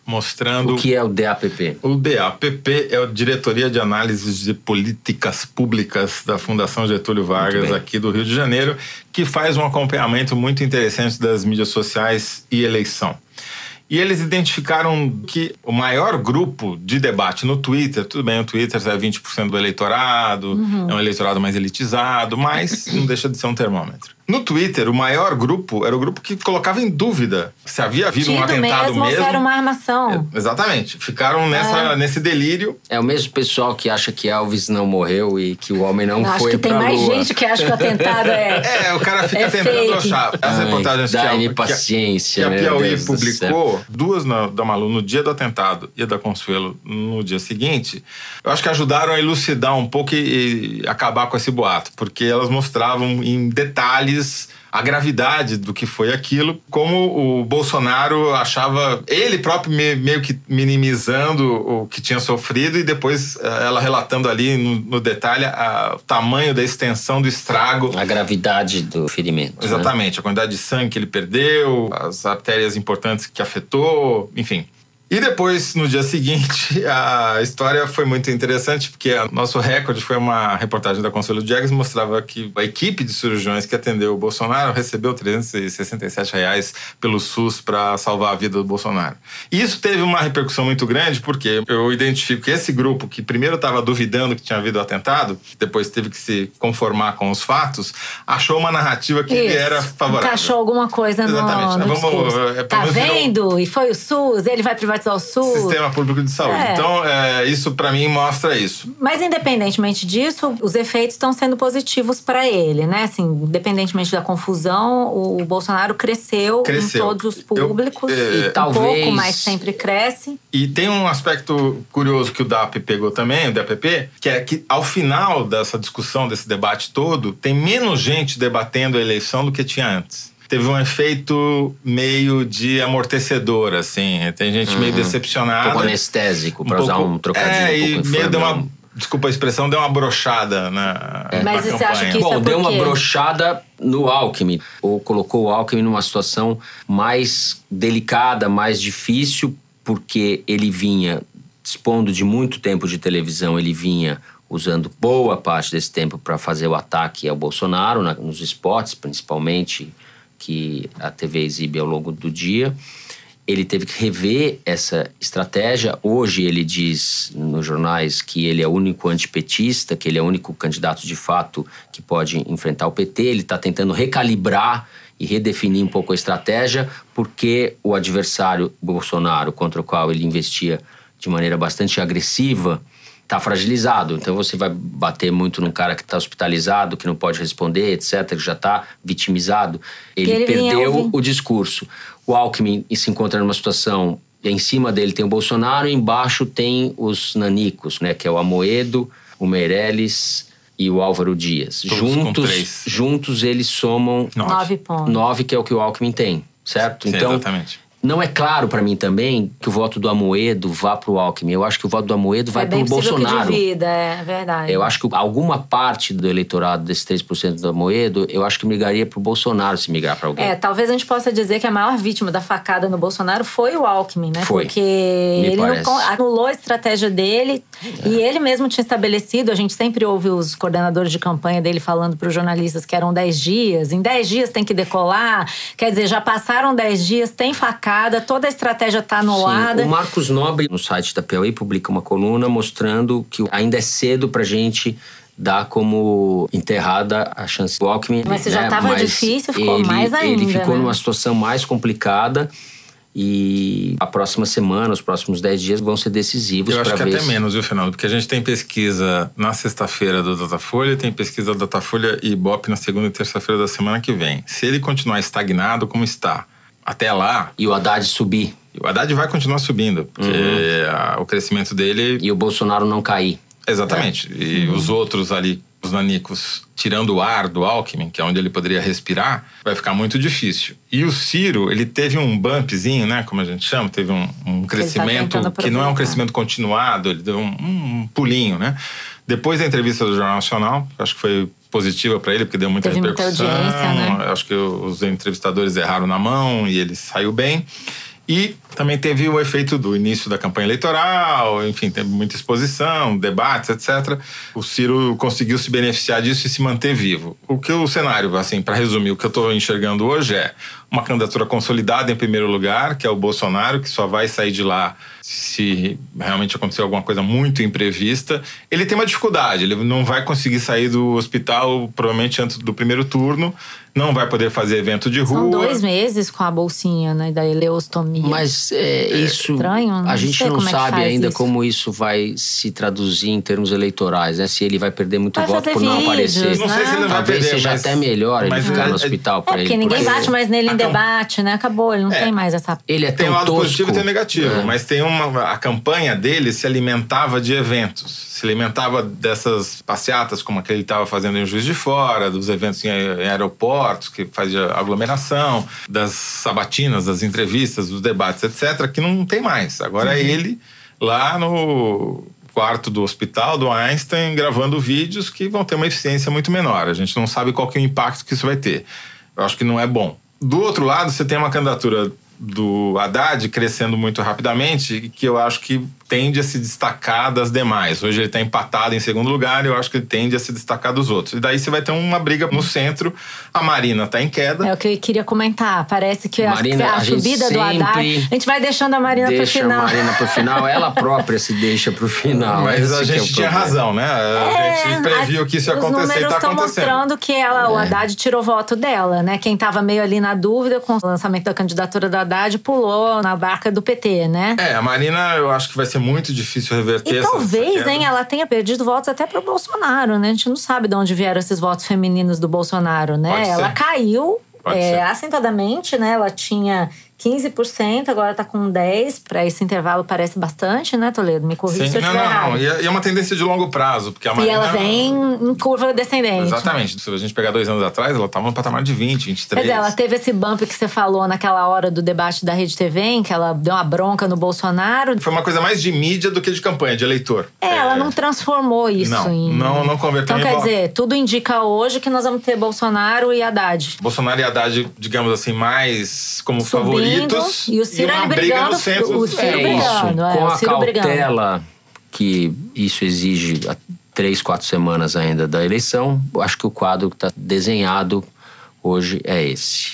mostrando...
O que é o D A P P?
O D A P P é a Diretoria de Análises de Políticas Públicas da Fundação Getúlio Vargas, aqui do Rio de Janeiro, que faz um acompanhamento muito interessante das mídias sociais e eleição. E eles identificaram que o maior grupo de debate no Twitter, tudo bem, o Twitter é vinte por cento do eleitorado, uhum. é um eleitorado mais elitizado, mas não deixa de ser um termômetro. No Twitter, o maior grupo era o grupo que colocava em dúvida se havia havido um atentado mesmo.
mesmo. Era uma armação.
É, exatamente. Ficaram nessa, é. nesse delírio.
É o mesmo pessoal que acha que Elvis não morreu e que o homem não
Acho
foi pra Lua.
Acho que tem mais gente que acha que o atentado é...
É, o cara fica
é
tentando
fake.
achar. As reportagens
Dá-me
que,
paciência,
que a, que a Piauí
Deus
publicou, duas na, da Malu no dia do atentado e a da Consuelo no dia seguinte, eu acho que ajudaram a elucidar um pouco e, e acabar com esse boato, porque elas mostravam em detalhes a gravidade do que foi aquilo, como o Bolsonaro achava, ele próprio meio que minimizando o que tinha sofrido e depois ela relatando ali no, no detalhe a, o tamanho da extensão do estrago.
A gravidade do ferimento.
Exatamente,
né?
A quantidade de sangue que ele perdeu, as artérias importantes que afetou, enfim. E depois, no dia seguinte, a história foi muito interessante, porque o nosso recorde foi uma reportagem da Consuelo Diegues, mostrava que a equipe de cirurgiões que atendeu o Bolsonaro recebeu trezentos e sessenta e sete reais pelo SUS para salvar a vida do Bolsonaro. E isso teve uma repercussão muito grande, porque eu identifico que esse grupo, que primeiro estava duvidando que tinha havido atentado, depois teve que se conformar com os fatos, achou uma narrativa que
isso.
era favorável.
Encaixou alguma coisa no,
Exatamente.
no
Vamos,
é, Tá vendo? Virou... E foi o SUS, ele vai privatizar o SUS.
Sistema Público de Saúde. É. Então, é, isso para mim mostra isso.
Mas independentemente disso, os efeitos estão sendo positivos para ele, né? Assim, independentemente da confusão, o Bolsonaro cresceu, cresceu. em todos os públicos. Eu, é,
e
um
talvez...
pouco, mas sempre cresce.
E tem um aspecto curioso que o D A P pegou também, o D A P P, que é que ao final dessa discussão, desse debate todo, tem menos gente debatendo a eleição do que tinha antes. Teve um efeito meio de amortecedor, assim. Tem gente uhum. meio decepcionada.
Um pouco anestésico, pra um usar pouco, um trocadilho
é,
um pouco
e meio deu uma, desculpa a expressão, deu uma brochada na,
é.
na
Mas
campanha.
você acha que isso
Bom,
é
deu uma brochada no Alckmin. Ou colocou o Alckmin numa situação mais delicada, mais difícil, porque ele vinha dispondo de muito tempo de televisão, ele vinha usando boa parte desse tempo para fazer o ataque ao Bolsonaro, na, nos spots, principalmente, que a T V exibe ao longo do dia. Ele teve que rever essa estratégia. Hoje ele diz nos jornais que ele é o único antipetista, que ele é o único candidato de fato que pode enfrentar o P T. Ele está tentando recalibrar e redefinir um pouco a estratégia, porque o adversário Bolsonaro, contra o qual ele investia de maneira bastante agressiva, está fragilizado. Então você vai bater muito num cara que está hospitalizado, que não pode responder, etcétera, que já está vitimizado. Ele, ele perdeu o discurso. O Alckmin se encontra numa situação, em cima dele tem o Bolsonaro, e embaixo tem os nanicos, né, que é o Amoedo, o Meirelles e o Álvaro Dias.
Todos
juntos, juntos eles somam
nove. nove pontos.
Nove, que é o que o Alckmin tem, certo?
Sim,
então,
exatamente.
Não é claro para mim também que o voto do Amoedo vá para o Alckmin. Eu acho que o voto do Amoedo vai
é
para o Bolsonaro.
Que divida, é verdade.
Eu acho que alguma parte do eleitorado desses três por cento do Amoedo, eu acho que migraria para o Bolsonaro se migrar para alguém.
É, talvez a gente possa dizer que a maior vítima da facada no Bolsonaro foi o Alckmin, né?
Foi.
Porque
Me
ele
parece.
não, anulou a estratégia dele é. e ele mesmo tinha estabelecido, a gente sempre ouve os coordenadores de campanha dele falando para os jornalistas que eram dez dias, em dez dias tem que decolar, quer dizer, já passaram dez dias, tem facada, toda a estratégia estratégia está anulada.
Sim, o Marcos Nobre, no site da Piauí, publica uma coluna mostrando que ainda é cedo para a gente dar como enterrada a chance do Alckmin.
Mas se já estava
né?
difícil, ficou
ele,
mais ainda.
Ele ficou
né?
numa situação mais complicada e a próxima semana, os próximos dez dias vão ser decisivos.
Eu acho que
ver
até
se...
menos, viu, Fernando? Porque a gente tem pesquisa na sexta-feira do Datafolha, tem pesquisa do Datafolha e Ibope na segunda e terça-feira da semana que vem. Se ele continuar estagnado como está, até lá...
E o Haddad subir.
O Haddad vai continuar subindo, porque uhum. a, o crescimento dele...
E o Bolsonaro não cair.
Exatamente. É. E uhum. os outros ali, os nanicos, tirando o ar do Alckmin, que é onde ele poderia respirar, vai ficar muito difícil. E o Ciro, ele teve um bumpzinho, né, como a gente chama, teve um, um crescimento tá que não é um crescimento continuado, ele deu um, um pulinho, né? Depois da entrevista do Jornal Nacional, acho que foi positiva para ele, porque deu muita
Teve
repercussão.
Muita audiência, né?
Acho que os entrevistadores erraram na mão e ele saiu bem. E também teve o efeito do início da campanha eleitoral, enfim, teve muita exposição, debates, etcétera. O Ciro conseguiu se beneficiar disso e se manter vivo. O que o cenário, assim, para resumir, o que eu estou enxergando hoje é uma candidatura consolidada em primeiro lugar, que é o Bolsonaro, que só vai sair de lá se realmente acontecer alguma coisa muito imprevista. Ele tem uma dificuldade, ele não vai conseguir sair do hospital provavelmente antes do primeiro turno, não vai poder fazer evento de rua.
São dois meses com a bolsinha, né, da eleostomia.
Mas é, isso,
estranho, não
a gente não
é
sabe ainda
isso.
como isso vai se traduzir em termos eleitorais, né? Se ele vai perder muito
vai
voto por não
vídeos,
aparecer.
Não sei se ele vai
Talvez
perder,
seja
mas,
até melhor ele ficar
é,
no hospital
é,
para ele.
porque ninguém
porque
bate mais nele em debate, né? Acabou, ele não
é,
tem mais essa...
Ele é
tem
tão
um lado
tosco.
positivo e tem um negativo,
é.
mas tem uma... A campanha dele se alimentava de eventos. Se alimentava dessas passeatas, como aquele que ele estava fazendo em Juiz de Fora, dos eventos em aeroportos, que fazia aglomeração, das sabatinas, das entrevistas, dos debates, etcétera, que não tem mais. Agora uhum. é ele lá no quarto do hospital, do Einstein, gravando vídeos que vão ter uma eficiência muito menor. A gente não sabe qual que é o impacto que isso vai ter. Eu acho que não é bom. Do outro lado, você tem uma candidatura do Haddad crescendo muito rapidamente, que eu acho que tende a se destacar das demais. Hoje ele está empatado em segundo lugar e eu acho que ele tende a se destacar dos outros. E daí você vai ter uma briga no centro. A Marina está em queda.
É o que eu queria comentar. Parece que
Marina,
a, a,
a
subida do Haddad... A gente vai deixando a Marina pro final.
Deixa a Marina pro final. Ela própria se deixa pro final.
Mas
Esse
a gente
é
tinha razão, né? A
é,
gente previu que isso ia acontecer e tá
acontecendo. Os números estão mostrando que ela, o Haddad tirou voto dela, né? Quem estava meio ali na dúvida com o lançamento da candidatura do Haddad pulou na barca do P T, né?
É, a Marina eu acho que vai ser muito difícil reverter
e
essa
talvez,
essa
hein, ela tenha perdido votos até pro Bolsonaro, né? A gente não sabe de onde vieram esses votos femininos do Bolsonaro, né?
Pode
ela
ser.
caiu é,
ser.
assentadamente, né? Ela tinha quinze por cento, agora tá com dez por cento. Para esse intervalo parece bastante, né, Toledo? Me corrija
Sim,
se eu
não,
estiver
não,
errado.
não. E é, e é uma tendência de longo prazo, porque a Marina...
E ela vem em curva descendente.
Exatamente. Se a gente pegar dois anos atrás, ela estava no patamar de vinte, vinte e três.
Mas ela teve esse bump que você falou naquela hora do debate da Rede T V, em que ela deu uma bronca no Bolsonaro.
Foi uma coisa mais de mídia do que de campanha, de eleitor.
É, é. ela não transformou isso
não,
em...
Não, não converteu
então,
em
quer
voto.
dizer, tudo indica hoje que nós vamos ter Bolsonaro e Haddad.
Bolsonaro e Haddad, digamos assim, mais como
Subindo,
favoritos.
E o Ciro
e uma
ali
briga
brigando.
no centro.
O Ciro
é
brigando.
Isso.
É,
Com
o
a
Ciro
cautela
brigando.
que isso exige há três, quatro semanas ainda da eleição, acho que o quadro que está desenhado hoje é esse.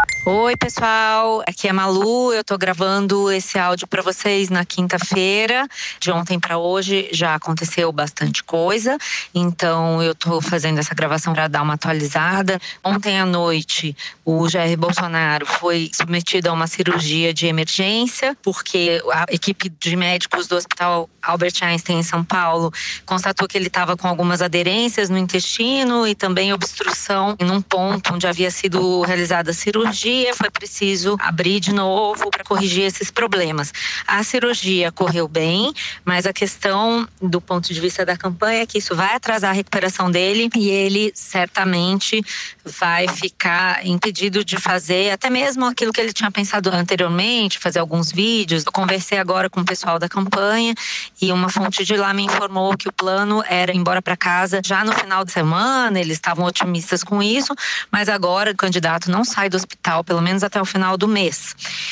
Oi, pessoal. Aqui é a Malu. Eu tô gravando esse áudio para vocês na quinta-feira. De ontem para hoje já aconteceu bastante coisa. Então, eu tô fazendo essa gravação para dar uma atualizada. Ontem à noite, o Jair Bolsonaro foi submetido a uma cirurgia de emergência, porque a equipe de médicos do Hospital Albert Einstein, em São Paulo, constatou que ele estava com algumas aderências no intestino e também obstrução em um ponto onde havia sido realizada a cirurgia. Foi preciso abrir de novo para corrigir esses problemas. A cirurgia correu bem, mas a questão do ponto de vista da campanha é que isso vai atrasar a recuperação dele e ele certamente vai ficar impedido de fazer até mesmo aquilo que ele tinha pensado anteriormente, fazer alguns vídeos. Eu conversei agora com o pessoal da campanha e uma fonte de lá me informou que o plano era ir embora para casa já no final de semana. Eles estavam otimistas com isso, mas agora o candidato não sai do hospital pelo menos até o final do mês.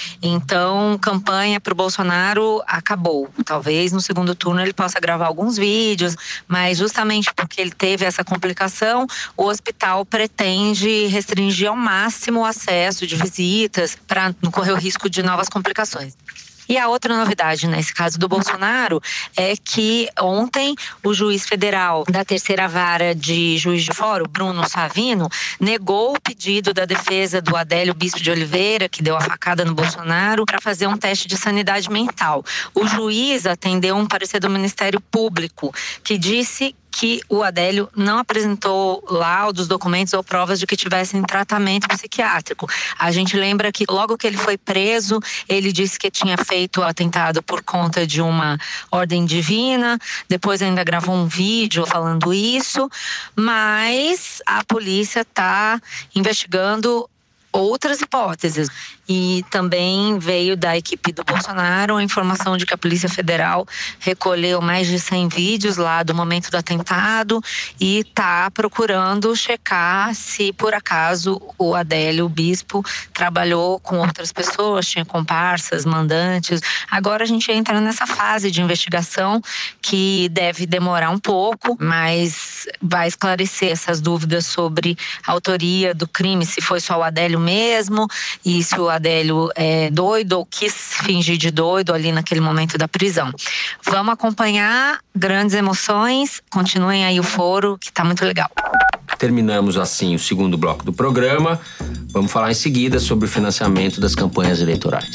Então, campanha para o Bolsonaro acabou. Talvez no segundo turno ele possa gravar alguns vídeos, mas justamente porque ele teve essa complicação, o hospital pretende restringir ao máximo o acesso de visitas para não correr o risco de novas complicações. E a outra novidade nesse caso do Bolsonaro é que ontem o juiz federal da terceira vara de Juiz de Fora, o Bruno Savino, negou o pedido da defesa do Adélio Bispo de Oliveira, que deu a facada no Bolsonaro, para fazer um teste de sanidade mental. O juiz atendeu um parecer do Ministério Público, que disse que o Adélio não apresentou laudos, documentos ou provas de que tivesse em tratamento psiquiátrico. A gente lembra que logo que ele foi preso, ele disse que tinha feito o atentado por conta de uma ordem divina, depois ainda gravou um vídeo falando isso, mas a polícia está investigando outras hipóteses. E também veio da equipe do Bolsonaro a informação de que a Polícia Federal recolheu mais de cem vídeos lá do momento do atentado e está procurando checar se por acaso o Adélio, o bispo, trabalhou com outras pessoas, tinha comparsas, mandantes. Agora a gente entra nessa fase de investigação que deve demorar um pouco, mas vai esclarecer essas dúvidas sobre a autoria do crime, se foi só o Adélio mesmo e se o Adélio é doido ou quis fingir de doido ali naquele momento da prisão. Vamos acompanhar, grandes emoções, continuem aí o foro, que tá muito legal.
Terminamos assim o segundo bloco do programa. Vamos falar em seguida sobre o financiamento das campanhas eleitorais.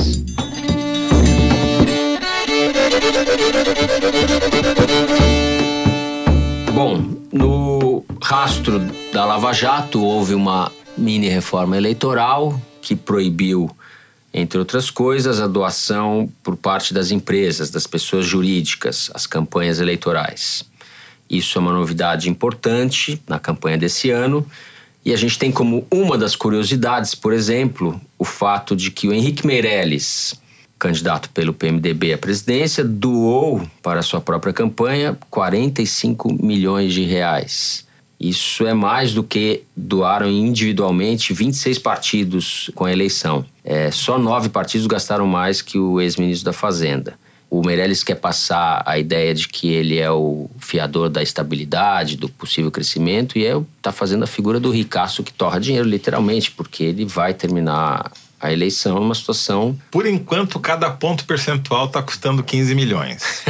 Bom, no rastro da Lava Jato houve uma mini reforma eleitoral que proibiu, entre outras coisas, a doação por parte das empresas, das pessoas jurídicas, às campanhas eleitorais. Isso é uma novidade importante na campanha desse ano. E a gente tem como uma das curiosidades, por exemplo, o fato de que o Henrique Meirelles, candidato pelo P M D B à presidência, doou para a sua própria campanha quarenta e cinco milhões de reais. Isso é mais do que doaram individualmente vinte e seis partidos com a eleição. É, só nove partidos gastaram mais que o ex-ministro da Fazenda. O Meirelles quer passar a ideia de que ele é o fiador da estabilidade, do possível crescimento, e está fazendo a figura do ricaço que torra dinheiro, literalmente, porque ele vai terminar a eleição numa situação...
Por enquanto, cada ponto percentual está custando quinze milhões.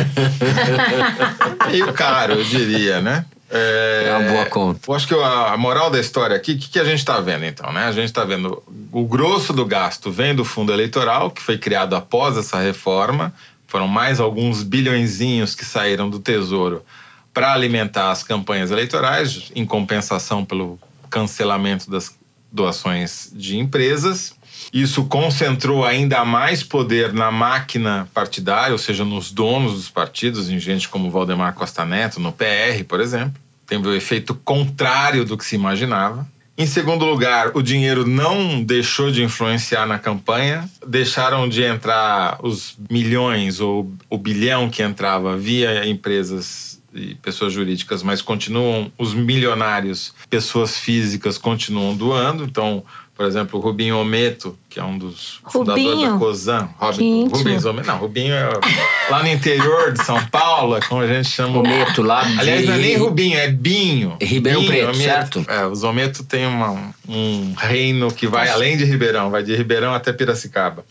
Meio caro, eu diria, né?
É, é uma boa conta.
Eu acho que a moral da história aqui, o que, que a gente está vendo então, né? A gente está vendo o grosso do gasto vem do fundo eleitoral, que foi criado após essa reforma. Foram mais alguns bilhõezinhos que saíram do Tesouro para alimentar as campanhas eleitorais, em compensação pelo cancelamento das doações de empresas. Isso concentrou ainda mais poder na máquina partidária, ou seja, nos donos dos partidos, em gente como Valdemar Costa Neto, no P R, por exemplo. Teve o efeito contrário do que se imaginava. Em segundo lugar, o dinheiro não deixou de influenciar na campanha, deixaram de entrar os milhões ou o bilhão que entrava via empresas e pessoas jurídicas, mas continuam, os milionários, pessoas físicas, continuam doando. Então, por exemplo, o Rubinho Ometo, que é um dos fundadores
Rubinho.
da Cosan. Robin, Rubens Ometo. Não, Rubinho é lá no interior de São Paulo, é como a gente chama.
Ometo lá de...
Aliás, não é nem Rubinho, é Binho.
Ribeirão
Binho,
Preto,
Ometo.
certo?
É, os Ometo tem uma, um reino que vai além de Ribeirão, vai de Ribeirão até Piracicaba.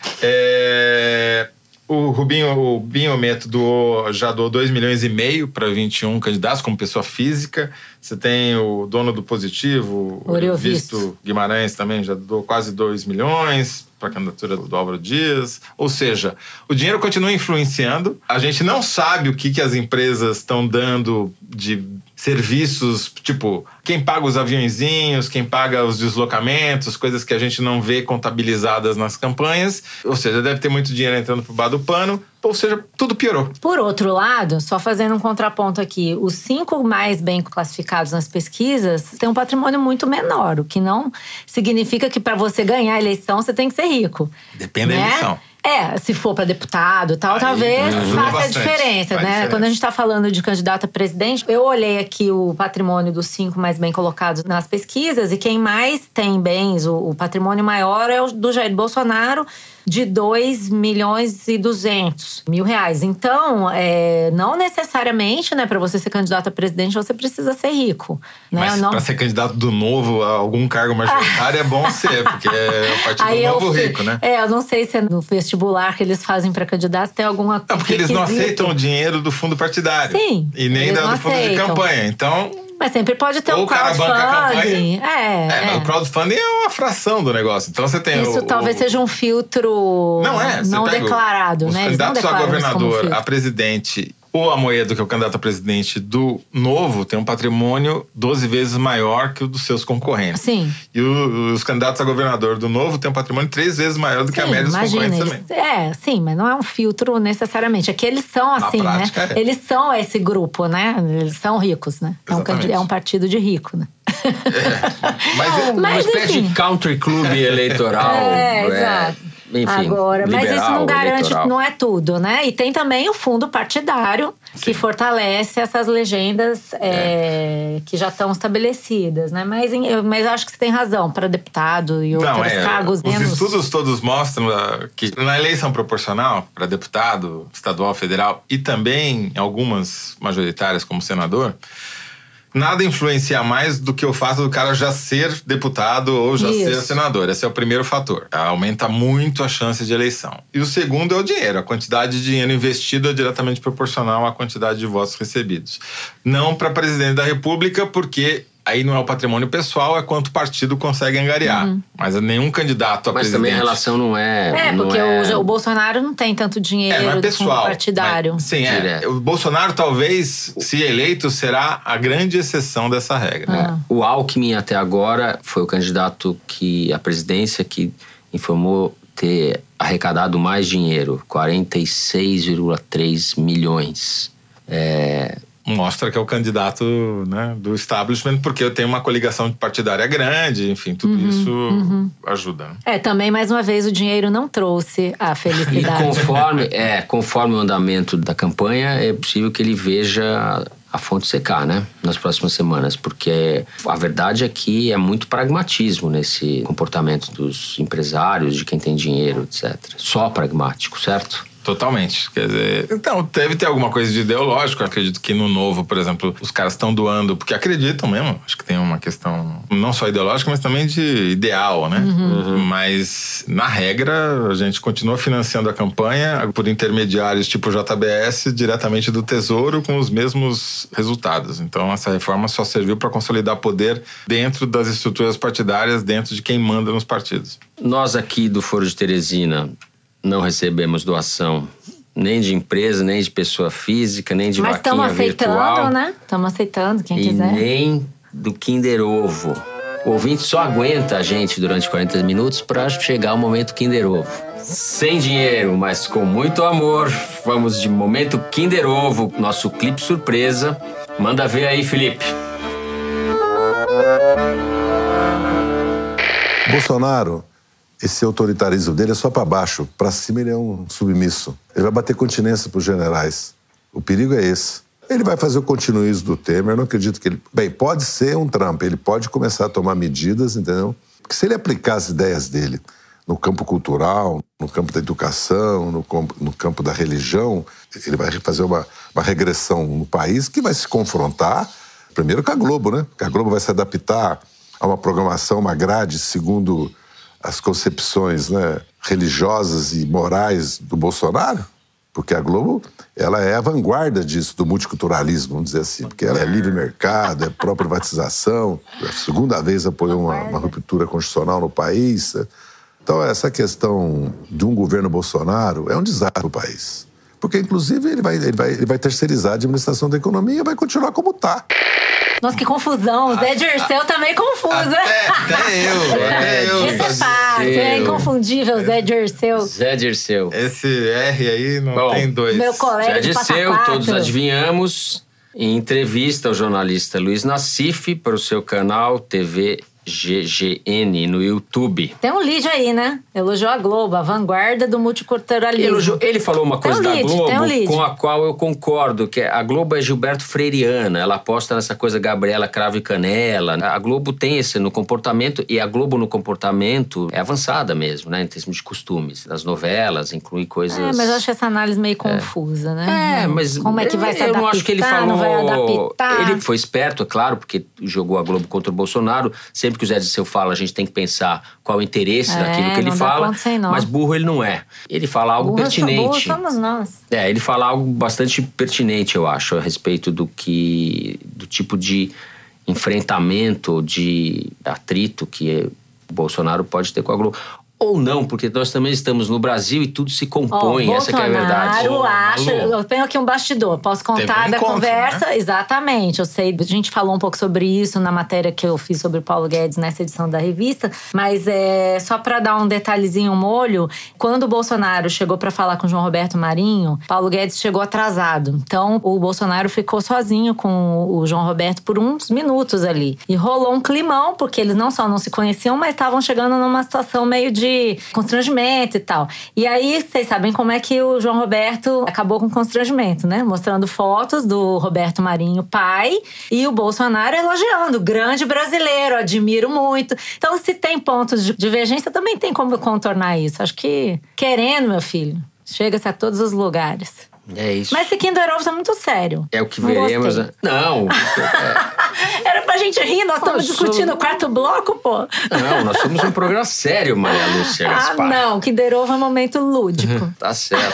É... O Rubinho, o Binho Ometo doou, já doou dois milhões e meio para vinte e um candidatos como pessoa física. Você tem o dono do Positivo, o Visto Guimarães também já doou quase dois milhões para a candidatura do Álvaro Dias. Ou seja, o dinheiro continua influenciando. A gente não sabe o que, que as empresas estão dando de serviços, tipo, quem paga os aviõezinhos, quem paga os deslocamentos, coisas que a gente não vê contabilizadas nas campanhas. Ou seja, deve ter muito dinheiro entrando pro bar do pano. Ou seja, tudo piorou.
Por outro lado, só fazendo um contraponto aqui, os cinco mais bem classificados nas pesquisas têm um patrimônio muito menor, o que não significa que para você ganhar a eleição você tem que ser rico.
Depende
né?
da eleição.
É, se for para deputado e tal,
Aí,
talvez
ajuda
faça a
bastante.
diferença,
Faz
né?
diferença.
Quando a gente tá falando de candidato a presidente, eu olhei aqui o patrimônio dos cinco mais bem colocados nas pesquisas e quem mais tem bens, o, o patrimônio maior é o do Jair Bolsonaro, de dois milhões e duzentos mil reais. Então, é, não necessariamente, né, para você ser candidato a presidente, você precisa ser rico. Né?
Mas
não...
para ser candidato do Novo a algum cargo majoritário é bom ser, porque é o partido
Aí
do Novo
eu,
rico, né?
É, eu não sei se é no vestibular que eles fazem para candidatos tem alguma
Não, porque eles não
requisito.
aceitam o dinheiro do fundo partidário.
Sim,
E nem
eles
da,
não
do fundo de
aceitam.
campanha. Então...
Mas sempre pode ter
Ou
um
o cara banca a
crowdfunding.
campanha.
É,
É, mas
é.
o crowdfunding é uma fração do negócio. Então você tem
Isso
o,
talvez
o...
seja um filtro
Não é, você
não
pega
declarado,
os
né? Eles não
candidatos a
declaram isso como
governador,
filtro.
a presidente, o Amoedo, que é o candidato a presidente do Novo, tem um patrimônio doze vezes maior que o dos seus concorrentes.
Sim.
E o, os candidatos a governador do Novo têm um patrimônio três vezes maior do que a
Sim,
média dos
imagina,
concorrentes
eles,
também.
É, sim, mas não é um filtro necessariamente. Aqui eles são assim, né?
prática, é.
Eles são esse grupo, né? Eles são ricos, né? É um,
Exatamente.
candi- é um partido de rico, né?
É. Mas,
Uma
Mas,
espécie
enfim.
de country club eleitoral.
É,
é,
exato.
enfim,
agora, mas
liberal,
isso não garante,
eleitoral.
não é tudo, né? E tem também o fundo partidário, Sim. que fortalece essas legendas é. É, que já estão estabelecidas, né? Mas, mas eu acho que você tem razão, para deputado e outros
não, é,
cargos
os
menos...
Os estudos todos mostram que na eleição proporcional, para deputado estadual, federal e também em algumas majoritárias como senador, nada influencia mais do que o fato do cara já ser deputado ou já Isso. ser senador. Esse é o primeiro fator. Aumenta muito a chance de eleição. E o segundo é o dinheiro. A quantidade de dinheiro investido é diretamente proporcional à quantidade de votos recebidos. Não para presidente da República, porque aí não é o patrimônio pessoal, é quanto o partido consegue angariar. Uhum. Mas nenhum candidato a
Mas
presidente... Mas
também a relação não é...
É,
não
porque
é...
O, o Bolsonaro não tem tanto dinheiro
é, não é pessoal,
do fundo partidário.
Mas, sim, é. Direto. O Bolsonaro talvez, se eleito, será a grande exceção dessa regra.
Ah. É. O Alckmin, até agora, foi o candidato que, à presidência que informou ter arrecadado mais dinheiro, quarenta e seis vírgula três milhões. É...
Mostra que é o candidato, né, do establishment, porque eu tenho uma coligação partidária grande, enfim, tudo uhum, isso uhum. ajuda. Né?
É, também, mais uma vez, o dinheiro não trouxe a felicidade.
E conforme, é, conforme o andamento da campanha, é possível que ele veja a fonte secar, né, nas próximas semanas, porque a verdade é que é muito pragmatismo nesse comportamento dos empresários, de quem tem dinheiro, etcétera. Só pragmático, certo?
Totalmente. Quer dizer, então, deve ter alguma coisa de ideológico. Eu acredito que no Novo, por exemplo, os caras estão doando porque acreditam mesmo. Acho que tem uma questão não só ideológica, mas também de ideal, né? Uhum. Mas, na regra, a gente continua financiando a campanha por intermediários tipo J B S diretamente do Tesouro com os mesmos resultados. Então, essa reforma só serviu para consolidar poder dentro das estruturas partidárias, dentro de quem manda nos partidos.
Nós aqui do Foro de Teresina não recebemos doação nem de empresa, nem de pessoa física, nem de
Mas
vaquinha virtual.
Mas estamos aceitando, né? Estamos aceitando, quem
e
quiser.
E nem do Kinder Ovo. O ouvinte só aguenta a gente durante quarenta minutos para chegar ao momento Kinder Ovo. Sem dinheiro, mas com muito amor, vamos de momento Kinder Ovo, nosso clipe surpresa. Manda ver aí, Felipe.
Bolsonaro, esse autoritarismo dele é só para baixo. Para cima ele é um submisso. Ele vai bater continência para os generais. O perigo é esse. Ele vai fazer o continuismo do Temer. Eu não acredito que ele... Bem, pode ser um Trump. Ele pode começar a tomar medidas, entendeu? Porque se ele aplicar as ideias dele no campo cultural, no campo da educação, no campo, no campo da religião, ele vai fazer uma, uma regressão no país que vai se confrontar, primeiro com a Globo, né? Porque a Globo vai se adaptar a uma programação, uma grade, segundo as concepções, né, religiosas e morais do Bolsonaro, porque a Globo, ela é a vanguarda disso, do multiculturalismo, vamos dizer assim, porque ela é livre mercado, é pró-privatização, a segunda vez apoiou uma, uma ruptura constitucional no país. Então, essa questão de um governo Bolsonaro é um desastre para o país. Porque, inclusive, ele vai, ele, vai, ele vai terceirizar a administração da economia e vai continuar como está.
Nossa, que confusão. O Zé Dirceu tá meio confuso.
Até, até eu, até eu.
Isso é fácil, é inconfundível, Zé Dirceu.
Zé Dirceu.
Esse R aí não
Bom,
tem dois.
Meu colega
Zé
de
Dirceu,
Passa
todos
Quatro.
adivinhamos. Em entrevista ao jornalista Luiz Nassif para o seu canal T V G G N no YouTube.
Tem um lead aí, né? Elogiou a Globo, a vanguarda do multiculturalismo.
Elogiou, ele falou uma coisa
tem um
da
lead,
Globo
tem um lead.
com a qual eu concordo, que a Globo é Gilberto Freireana, ela aposta nessa coisa Gabriela Cravo e Canela. A Globo tem esse no comportamento, e a Globo no comportamento é avançada mesmo, né? Em termos de costumes. Nas novelas, inclui coisas...
É, mas eu acho essa análise meio confusa, né?
É, mas...
Como é que vai
eu,
se
eu
adaptar,
não acho que ele falou...
não vai adaptar?
Ele foi esperto, é claro, porque jogou a Globo contra o Bolsonaro. Sempre que o Zé Dirceu fala, a gente tem que pensar qual o interesse
É,
daquilo que ele
não dá
fala.
conta sem nó.
Mas burro ele não é. Ele fala algo
Burros
pertinente.
Burros somos nós.
É, ele fala algo bastante pertinente, eu acho, a respeito do que... do tipo de enfrentamento, de atrito que o Bolsonaro pode ter com a Globo. Ou não, porque nós também estamos no Brasil e tudo se compõe,
Ó,
essa que é a verdade.
Bolsonaro acha... Eu tenho aqui um bastidor, posso contar
um
da
encontro,
conversa?
né?
Exatamente, eu sei, a gente falou um pouco sobre isso na matéria que eu fiz sobre o Paulo Guedes nessa edição da revista, mas é só para dar um detalhezinho, um molho, quando o Bolsonaro chegou para falar com o João Roberto Marinho, Paulo Guedes chegou atrasado. Então, o Bolsonaro ficou sozinho com o João Roberto por uns minutos ali. E rolou um climão, porque eles não só não se conheciam, mas estavam chegando numa situação meio de de constrangimento e tal. E aí, vocês sabem como é que o João Roberto acabou com constrangimento, né? Mostrando fotos do Roberto Marinho, pai, e o Bolsonaro elogiando. Grande brasileiro, admiro muito. Então, se tem pontos de divergência, também tem como contornar isso. Acho que, querendo, meu filho, chega-se a todos os lugares.
É isso.
Mas esse Kinder Ovo tá muito sério.
É o que
Não
veremos.
gostei.
Não. É...
Era pra gente rir, nós estamos discutindo
somos...
o quarto bloco, pô.
Não, nós somos um programa sério, Maria Lúcia Gaspar.
Ah, não. Kinder Ovo é um momento lúdico.
Tá certo.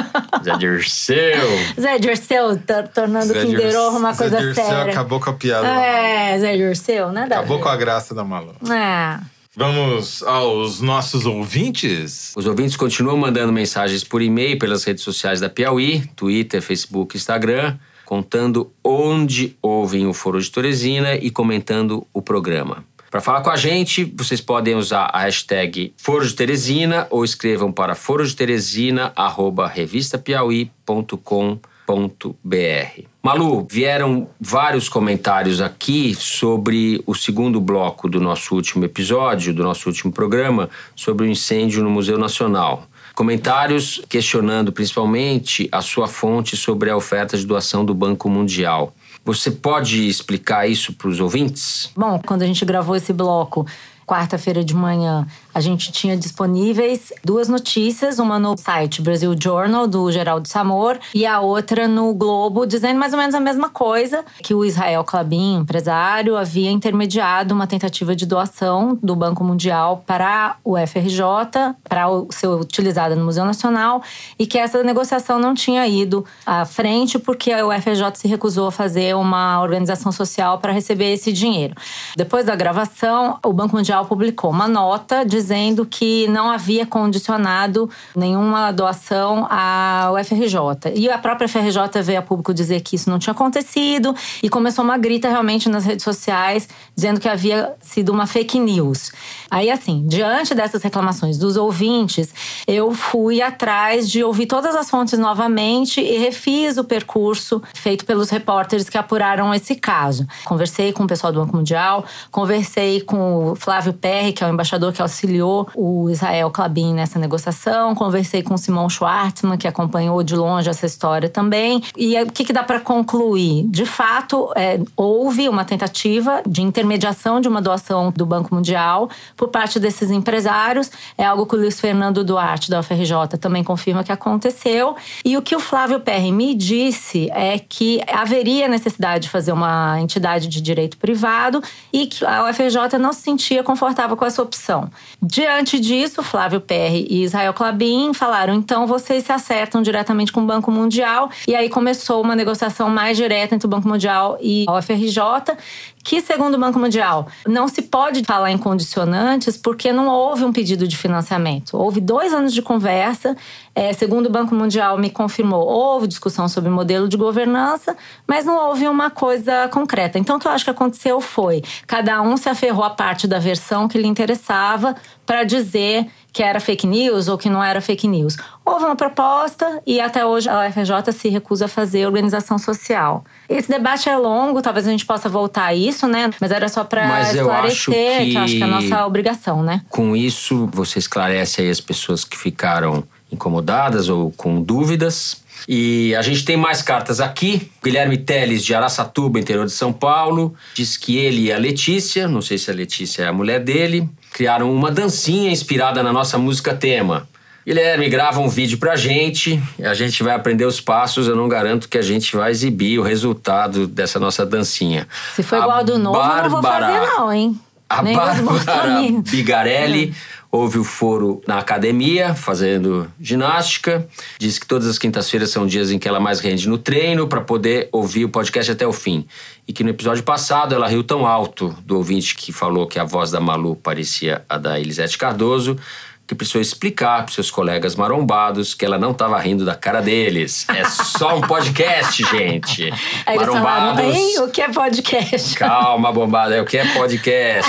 Zé Dirceu.
Zé Dirceu, tá tornando o Kinder Ovo uma coisa
Zé Dirceu
séria.
acabou com a piada.
É, Zé Dirceu, nada
Acabou
a ver.
com a graça da Malu.
É.
Vamos aos nossos ouvintes?
Os ouvintes continuam mandando mensagens por e-mail pelas redes sociais da Piauí, Twitter, Facebook, Instagram, contando onde ouvem o Foro de Teresina e comentando o programa. Para falar com a gente, vocês podem usar a hashtag Foro de Teresina ou escrevam para forodeteresina arroba revista piauí ponto com ponto br. Malu, vieram vários comentários aqui sobre o segundo bloco do nosso último episódio, do nosso último programa, sobre o incêndio no Museu Nacional. Comentários questionando principalmente a sua fonte sobre a oferta de doação do Banco Mundial. Você pode explicar isso para os ouvintes?
Bom, quando a gente gravou esse bloco, quarta-feira de manhã, a gente tinha disponíveis duas notícias, uma no site Brasil Journal, do Geraldo Samor, e a outra no Globo, dizendo mais ou menos a mesma coisa, que o Israel Klabin, empresário, havia intermediado uma tentativa de doação do Banco Mundial para o F R J, para ser utilizada no Museu Nacional, e que essa negociação não tinha ido à frente porque o F R J se recusou a fazer uma organização social para receber esse dinheiro. Depois da gravação, o Banco Mundial publicou uma nota dizendo que não havia condicionado nenhuma doação ao F R J. E a própria F R J veio a público dizer que isso não tinha acontecido e começou uma grita realmente nas redes sociais dizendo que havia sido uma fake news. Aí, assim, diante dessas reclamações dos ouvintes, eu fui atrás de ouvir todas as fontes novamente e refiz o percurso feito pelos repórteres que apuraram esse caso. Conversei com o pessoal do Banco Mundial, conversei com o Flávio Perry, que é o embaixador que auxiliou o Israel Klabin nessa negociação. Conversei com o Simon Schwartzman, que acompanhou de longe essa história também. E o que, que dá para concluir? De fato, é, houve uma tentativa de intermediação de uma doação do Banco Mundial por parte desses empresários. É algo que o Luiz Fernando Duarte, da U F R J, também confirma que aconteceu. E o que o Flávio Perry me disse é que haveria necessidade de fazer uma entidade de direito privado e que a U F R J não se sentia confortável com essa opção. Diante disso, Flávio Perry e Israel Klabin falaram, então vocês se acertam diretamente com o Banco Mundial, e aí começou uma negociação mais direta entre o Banco Mundial e a U F R J, que, segundo o Banco Mundial, não se pode falar em condicionantes porque não houve um pedido de financiamento. Houve dois anos de conversa, é, segundo o Banco Mundial me confirmou, houve discussão sobre modelo de governança, mas não houve uma coisa concreta. Então, o que eu acho que aconteceu foi, cada um se aferrou à parte da versão que lhe interessava para dizer que era fake news ou que não era fake news. Houve uma proposta e até hoje a U F R J se recusa a fazer organização social. Esse debate é longo, talvez a gente possa voltar a isso, né? Mas era só para esclarecer,
que...
que eu acho que é a nossa obrigação, né?
Com isso, você esclarece aí as pessoas que ficaram incomodadas ou com dúvidas. E a gente tem mais cartas aqui. Guilherme Teles, de Araçatuba, interior de São Paulo, diz que ele e a Letícia, não sei se a Letícia é a mulher dele, criaram uma dancinha inspirada na nossa música tema. Guilherme, grava um vídeo pra gente, a gente vai aprender os passos, eu não garanto que a gente vai exibir o resultado dessa nossa dancinha.
Se for igual ao do novo,
Bárbara,
eu não vou fazer não, hein?
A
Nem
Bárbara Bigarelli ouve o foro na academia, fazendo ginástica. Diz que todas as quintas-feiras são dias em que ela mais rende no treino para poder ouvir o podcast até o fim. E que no episódio passado ela riu tão alto do ouvinte que falou que a voz da Malu parecia a da Elisete Cardoso, que precisou explicar para seus colegas marombados que ela não estava rindo da cara deles. É só um podcast, gente.
Aí eles
marombados.
Falaram, Ei, o que é podcast?
Calma, bombada, é o que é podcast.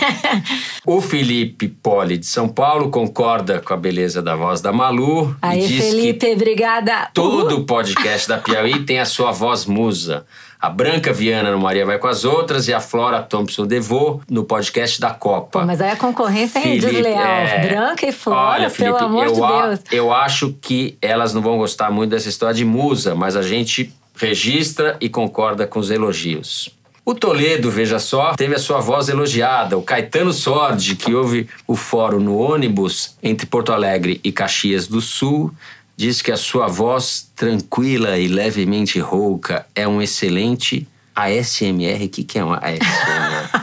O Felipe Poli, de São Paulo, concorda com a beleza da voz da Malu.
Aí,
e diz
Felipe,
que
obrigada.
todo o podcast da Piauí tem a sua voz musa. a Branca Viana no Maria Vai com as Outras e a Flora Thompson Devô no podcast da Copa.
Pô, mas aí a concorrência é
Felipe,
desleal.
é...
Branca e Flora,
Olha, Felipe,
pelo amor
eu
de
a...
Deus.
Eu acho que elas não vão gostar muito dessa história de musa, mas a gente registra e concorda com os elogios. O Toledo, veja só, teve a sua voz elogiada. O Caetano Sordi, que ouve o fórum no ônibus entre Porto Alegre e Caxias do Sul, diz que a sua voz tranquila e levemente rouca é um excelente A S M R. O que, que é uma A S M R?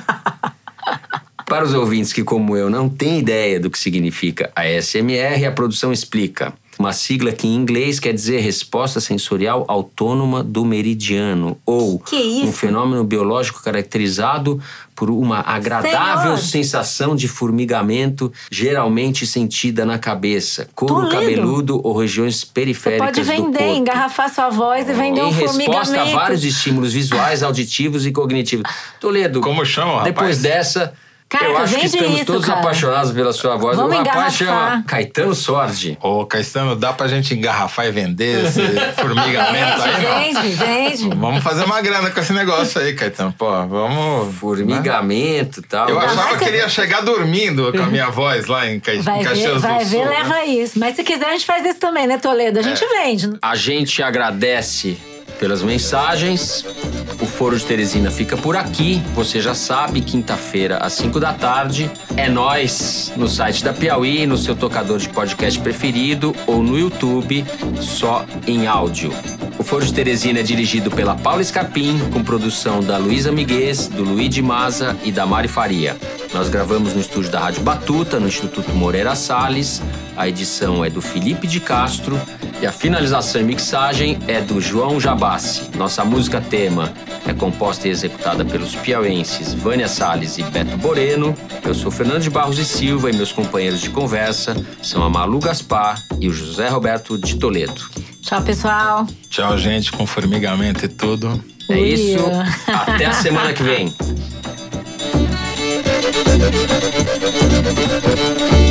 Para os ouvintes que, como eu, não têm ideia do que significa A S M R, a produção explica. Uma sigla que em inglês quer dizer resposta sensorial autônoma do meridiano, ou
que isso?
um fenômeno biológico caracterizado por uma agradável
Senhor.
sensação de formigamento, geralmente sentida na cabeça, couro
Toledo.
cabeludo ou regiões
Você
periféricas
pode
do
vender,
corpo.
engarrafar sua voz e vender
Em
um formigamento.
resposta a vários estímulos visuais, auditivos e cognitivos. Toledo,
Como chama, rapaz?
depois dessa...
Cara,
eu acho que
vende
estamos
isso,
todos
cara.
apaixonados pela sua voz.
Vamos
o rapaz
engarrafar.
chama Caetano Sordi.
Ô, Caetano, dá pra gente engarrafar e vender esse formigamento aí, não?
Vende, vende.
Vamos fazer uma grana com esse negócio aí, Caetano. Pô, vamos...
Formigamento e tal.
Eu
Mas-
achava que ele ia chegar dormindo com a minha voz lá em, Ca...
Vai
em
ver,
Caxias
vai
do
ver,
Sul.
leva
né?
isso. Mas se quiser, a gente faz isso também, né, Toledo? A gente vende.
A gente agradece pelas mensagens. O Foro de Teresina fica por aqui. Você já sabe, quinta-feira, às cinco da tarde. É nós no site da Piauí, no seu tocador de podcast preferido ou no YouTube, só em áudio. O Foro de Teresina é dirigido pela Paula Scarpim, com produção da Luísa Miguez, do Luigi Maza e da Mari Faria. Nós gravamos no estúdio da Rádio Batuta, no Instituto Moreira Salles. A edição é do Felipe de Castro e a finalização e mixagem é do João Jabassi. Nossa música tema é composta e executada pelos piauenses Vânia Salles e Beto Boreno. Eu sou Fernando de Barros e Silva e meus companheiros de conversa são a Malu Gaspar e o José Roberto de Toledo.
Tchau, pessoal.
Tchau, gente, com formigamento e tudo.
É
Ui.
isso. Até a semana que vem.